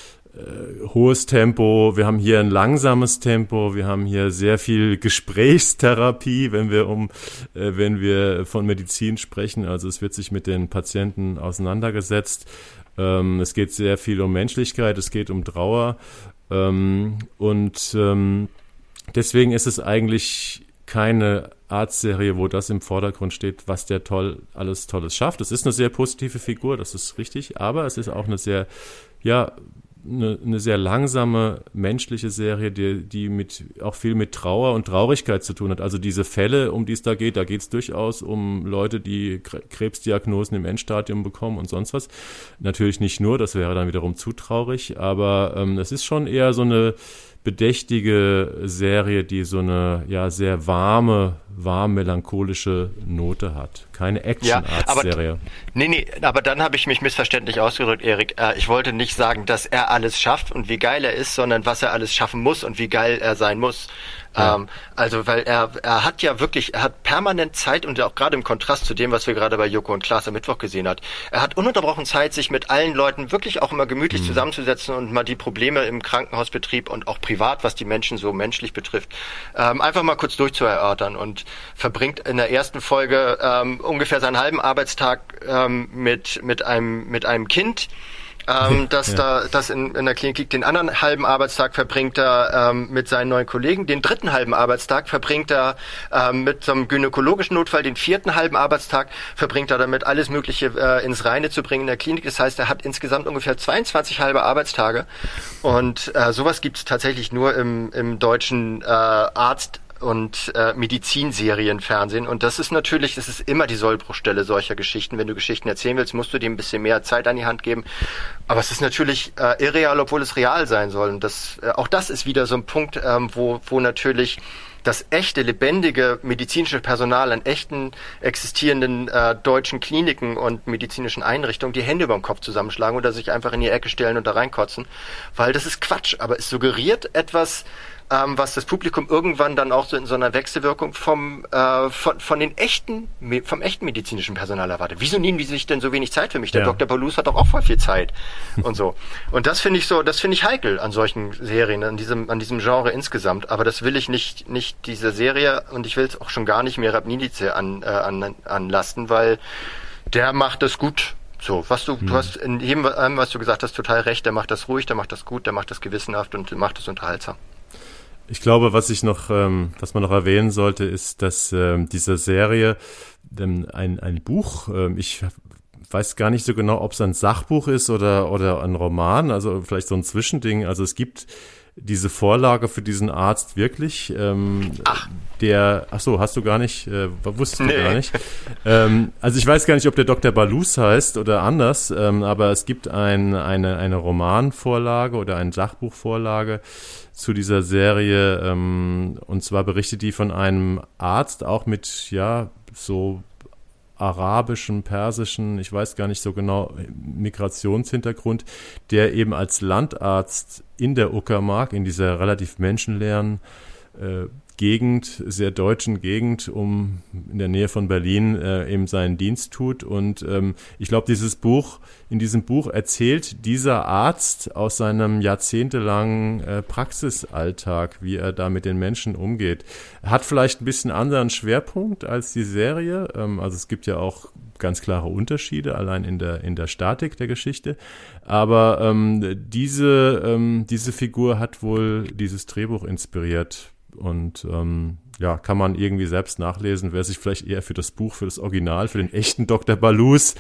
Äh, hohes Tempo, wir haben hier ein langsames Tempo, wir haben hier sehr viel Gesprächstherapie, wenn wir um, äh, wenn wir von Medizin sprechen. Also es wird sich mit den Patienten auseinandergesetzt. Ähm, es geht sehr viel um Menschlichkeit, es geht um Trauer. Ähm, und ähm, deswegen ist es eigentlich keine Arztserie, wo das im Vordergrund steht, was der toll, alles Tolles schafft. Es ist eine sehr positive Figur, das ist richtig, aber es ist auch eine sehr, ja, Eine, eine sehr langsame menschliche Serie, die, die mit auch viel mit Trauer und Traurigkeit zu tun hat. Also diese Fälle, um die es da geht, da geht es durchaus um Leute, die Krebsdiagnosen im Endstadium bekommen und sonst was. Natürlich nicht nur, das wäre dann wiederum zu traurig, aber ähm, es ist schon eher so eine bedächtige Serie, die so eine ja sehr warme, warm melancholische Note hat. Keine Action-Art-Serie. Ja, nee, nee, aber dann habe ich mich missverständlich ausgedrückt, Erik. Äh, ich wollte nicht sagen, dass er alles schafft und wie geil er ist, sondern was er alles schaffen muss und wie geil er sein muss. Ja. Ähm, also, weil er, er hat ja wirklich, er hat permanent Zeit und auch gerade im Kontrast zu dem, was wir gerade bei Joko und Klaas am Mittwoch gesehen hat. Er hat ununterbrochen Zeit, sich mit allen Leuten wirklich auch immer gemütlich mhm. zusammenzusetzen und mal die Probleme im Krankenhausbetrieb und auch privat, was die Menschen so menschlich betrifft, ähm, einfach mal kurz durchzuerörtern und verbringt in der ersten Folge ähm, ungefähr seinen halben Arbeitstag ähm, mit, mit einem, mit einem Kind, Ähm, dass ja. da, das in, in der Klinik liegt. Den anderen halben Arbeitstag verbringt er ähm, mit seinen neuen Kollegen. Den dritten halben Arbeitstag verbringt er ähm, mit so einem gynäkologischen Notfall. Den vierten halben Arbeitstag verbringt er damit, alles Mögliche äh, ins Reine zu bringen in der Klinik. Das heißt, er hat insgesamt ungefähr zweiundzwanzig halbe Arbeitstage. Und äh, sowas gibt es tatsächlich nur im, im deutschen äh, Arzt- und äh, Medizinserienfernsehen. Und das ist natürlich, das ist immer die Sollbruchstelle solcher Geschichten. Wenn du Geschichten erzählen willst, musst du dem ein bisschen mehr Zeit an die Hand geben. Aber es ist natürlich äh, irreal, obwohl es real sein soll. Und das, äh, auch das ist wieder so ein Punkt, ähm, wo, wo natürlich das echte, lebendige medizinische Personal an echten, existierenden äh, deutschen Kliniken und medizinischen Einrichtungen die Hände über den Kopf zusammenschlagen oder sich einfach in die Ecke stellen und da reinkotzen. Weil das ist Quatsch. Aber es suggeriert etwas, Ähm, was das Publikum irgendwann dann auch so in so einer Wechselwirkung vom äh, von, von den echten vom echten medizinischen Personal erwartet. Wieso nehmen die sich denn so wenig Zeit für mich? Der ja. Doktor Balus hat doch auch voll viel Zeit und so. Und das finde ich so, das finde ich heikel an solchen Serien, an diesem an diesem Genre insgesamt. Aber das will ich nicht nicht diese Serie und ich will es auch schon gar nicht mehr Rabninice an, äh, an anlasten, weil der macht das gut. So, was du, hm. du hast in jedem, was du gesagt hast, total recht. Der macht das ruhig, der macht das gut, der macht das gewissenhaft und macht das unterhaltsam. Ich glaube, was ich noch, ähm, was man noch erwähnen sollte, ist, dass ähm, diese Serie ähm, ein ein Buch, ähm, ich weiß gar nicht so genau, ob es ein Sachbuch ist oder oder ein Roman, also vielleicht so ein Zwischending. Also es gibt diese Vorlage für diesen Arzt wirklich, ähm, ach. der, ach so, hast du gar nicht, äh, wusstest du nee. gar nicht. Ähm, also ich weiß gar nicht, ob der Doktor Balus heißt oder anders, ähm, aber es gibt ein, eine, eine Romanvorlage oder eine Sachbuchvorlage zu dieser Serie, ähm, und zwar berichtet die von einem Arzt, auch mit, ja, so arabischen, persischen, ich weiß gar nicht so genau, Migrationshintergrund, der eben als Landarzt in der Uckermark, in dieser relativ menschenleeren äh, Gegend, sehr deutschen Gegend, um in der Nähe von Berlin äh, eben seinen Dienst tut. Und ähm, ich glaube, dieses Buch, in diesem Buch erzählt dieser Arzt aus seinem jahrzehntelangen äh, Praxisalltag, wie er da mit den Menschen umgeht. Hat vielleicht ein bisschen anderen Schwerpunkt als die Serie. Ähm, also es gibt ja auch ganz klare Unterschiede, allein in der in der Statik der Geschichte. Aber ähm, diese ähm, diese Figur hat wohl dieses Drehbuch inspiriert. Und ähm, ja, kann man irgendwie selbst nachlesen, wer sich vielleicht eher für das Buch, für das Original, für den echten Doktor Balus,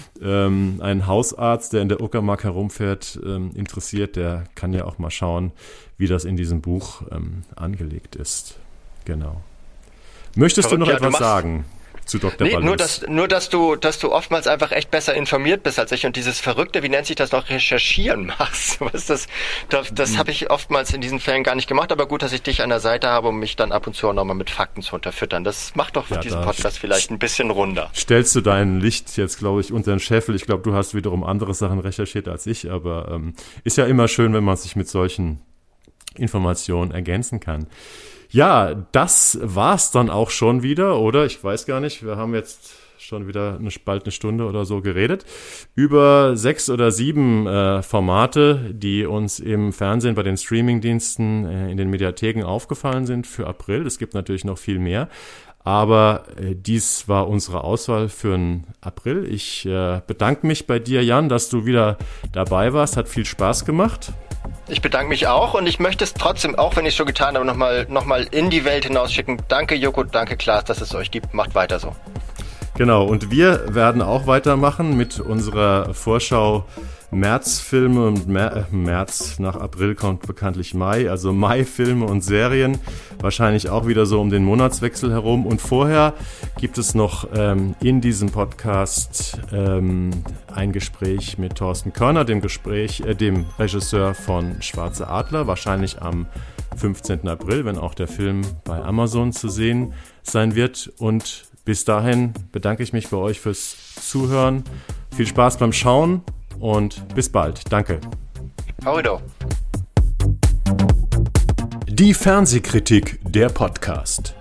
ähm, einen Hausarzt, der in der Uckermark herumfährt, ähm, interessiert, der kann ja auch mal schauen, wie das in diesem Buch ähm, angelegt ist. Genau. Möchtest Verrückt, du noch ja, etwas sagen zu Doktor Nee, Balus? Nur, dass, nur dass du, dass du oftmals einfach echt besser informiert bist als ich und dieses Verrückte, wie nennt sich das noch, Recherchieren machst. Was das, das, das mhm. habe ich oftmals in diesen Fällen gar nicht gemacht, aber gut, dass ich dich an der Seite habe, um mich dann ab und zu auch nochmal mit Fakten zu unterfüttern. Das macht doch für ja, diesen Podcast vielleicht ein bisschen runder. Stellst du dein Licht jetzt, glaube ich, unter den Scheffel. Ich glaube, du hast wiederum andere Sachen recherchiert als ich, aber ähm, ist ja immer schön, wenn man sich mit solchen Informationen ergänzen kann. Ja, das war's dann auch schon wieder, oder? Ich weiß gar nicht, wir haben jetzt schon wieder eine, bald eine Stunde oder so geredet, über sechs oder sieben äh, Formate, die uns im Fernsehen bei den Streamingdiensten äh, in den Mediatheken aufgefallen sind für April. Es gibt natürlich noch viel mehr, aber äh, dies war unsere Auswahl für den April. Ich äh, bedanke mich bei dir, Jan, dass du wieder dabei warst. Hat viel Spaß gemacht. Ich bedanke mich auch und ich möchte es trotzdem, auch wenn ich es schon getan habe, nochmal noch mal in die Welt hinausschicken. Danke Joko, danke Klaas, dass es euch gibt. Macht weiter so. Genau, und wir werden auch weitermachen mit unserer Vorschau Märzfilme und Mer- März nach April kommt bekanntlich Mai, also Mai-Filme und Serien, wahrscheinlich auch wieder so um den Monatswechsel herum. Und vorher gibt es noch ähm, in diesem Podcast ähm, ein Gespräch mit Thorsten Körner, dem Gespräch, äh, dem Regisseur von Schwarze Adler, wahrscheinlich am fünfzehnten April, wenn auch der Film bei Amazon zu sehen sein wird. Und bis dahin bedanke ich mich bei euch fürs Zuhören. Viel Spaß beim Schauen und bis bald. Danke. Howdy. Die Fernsehkritik, der Podcast.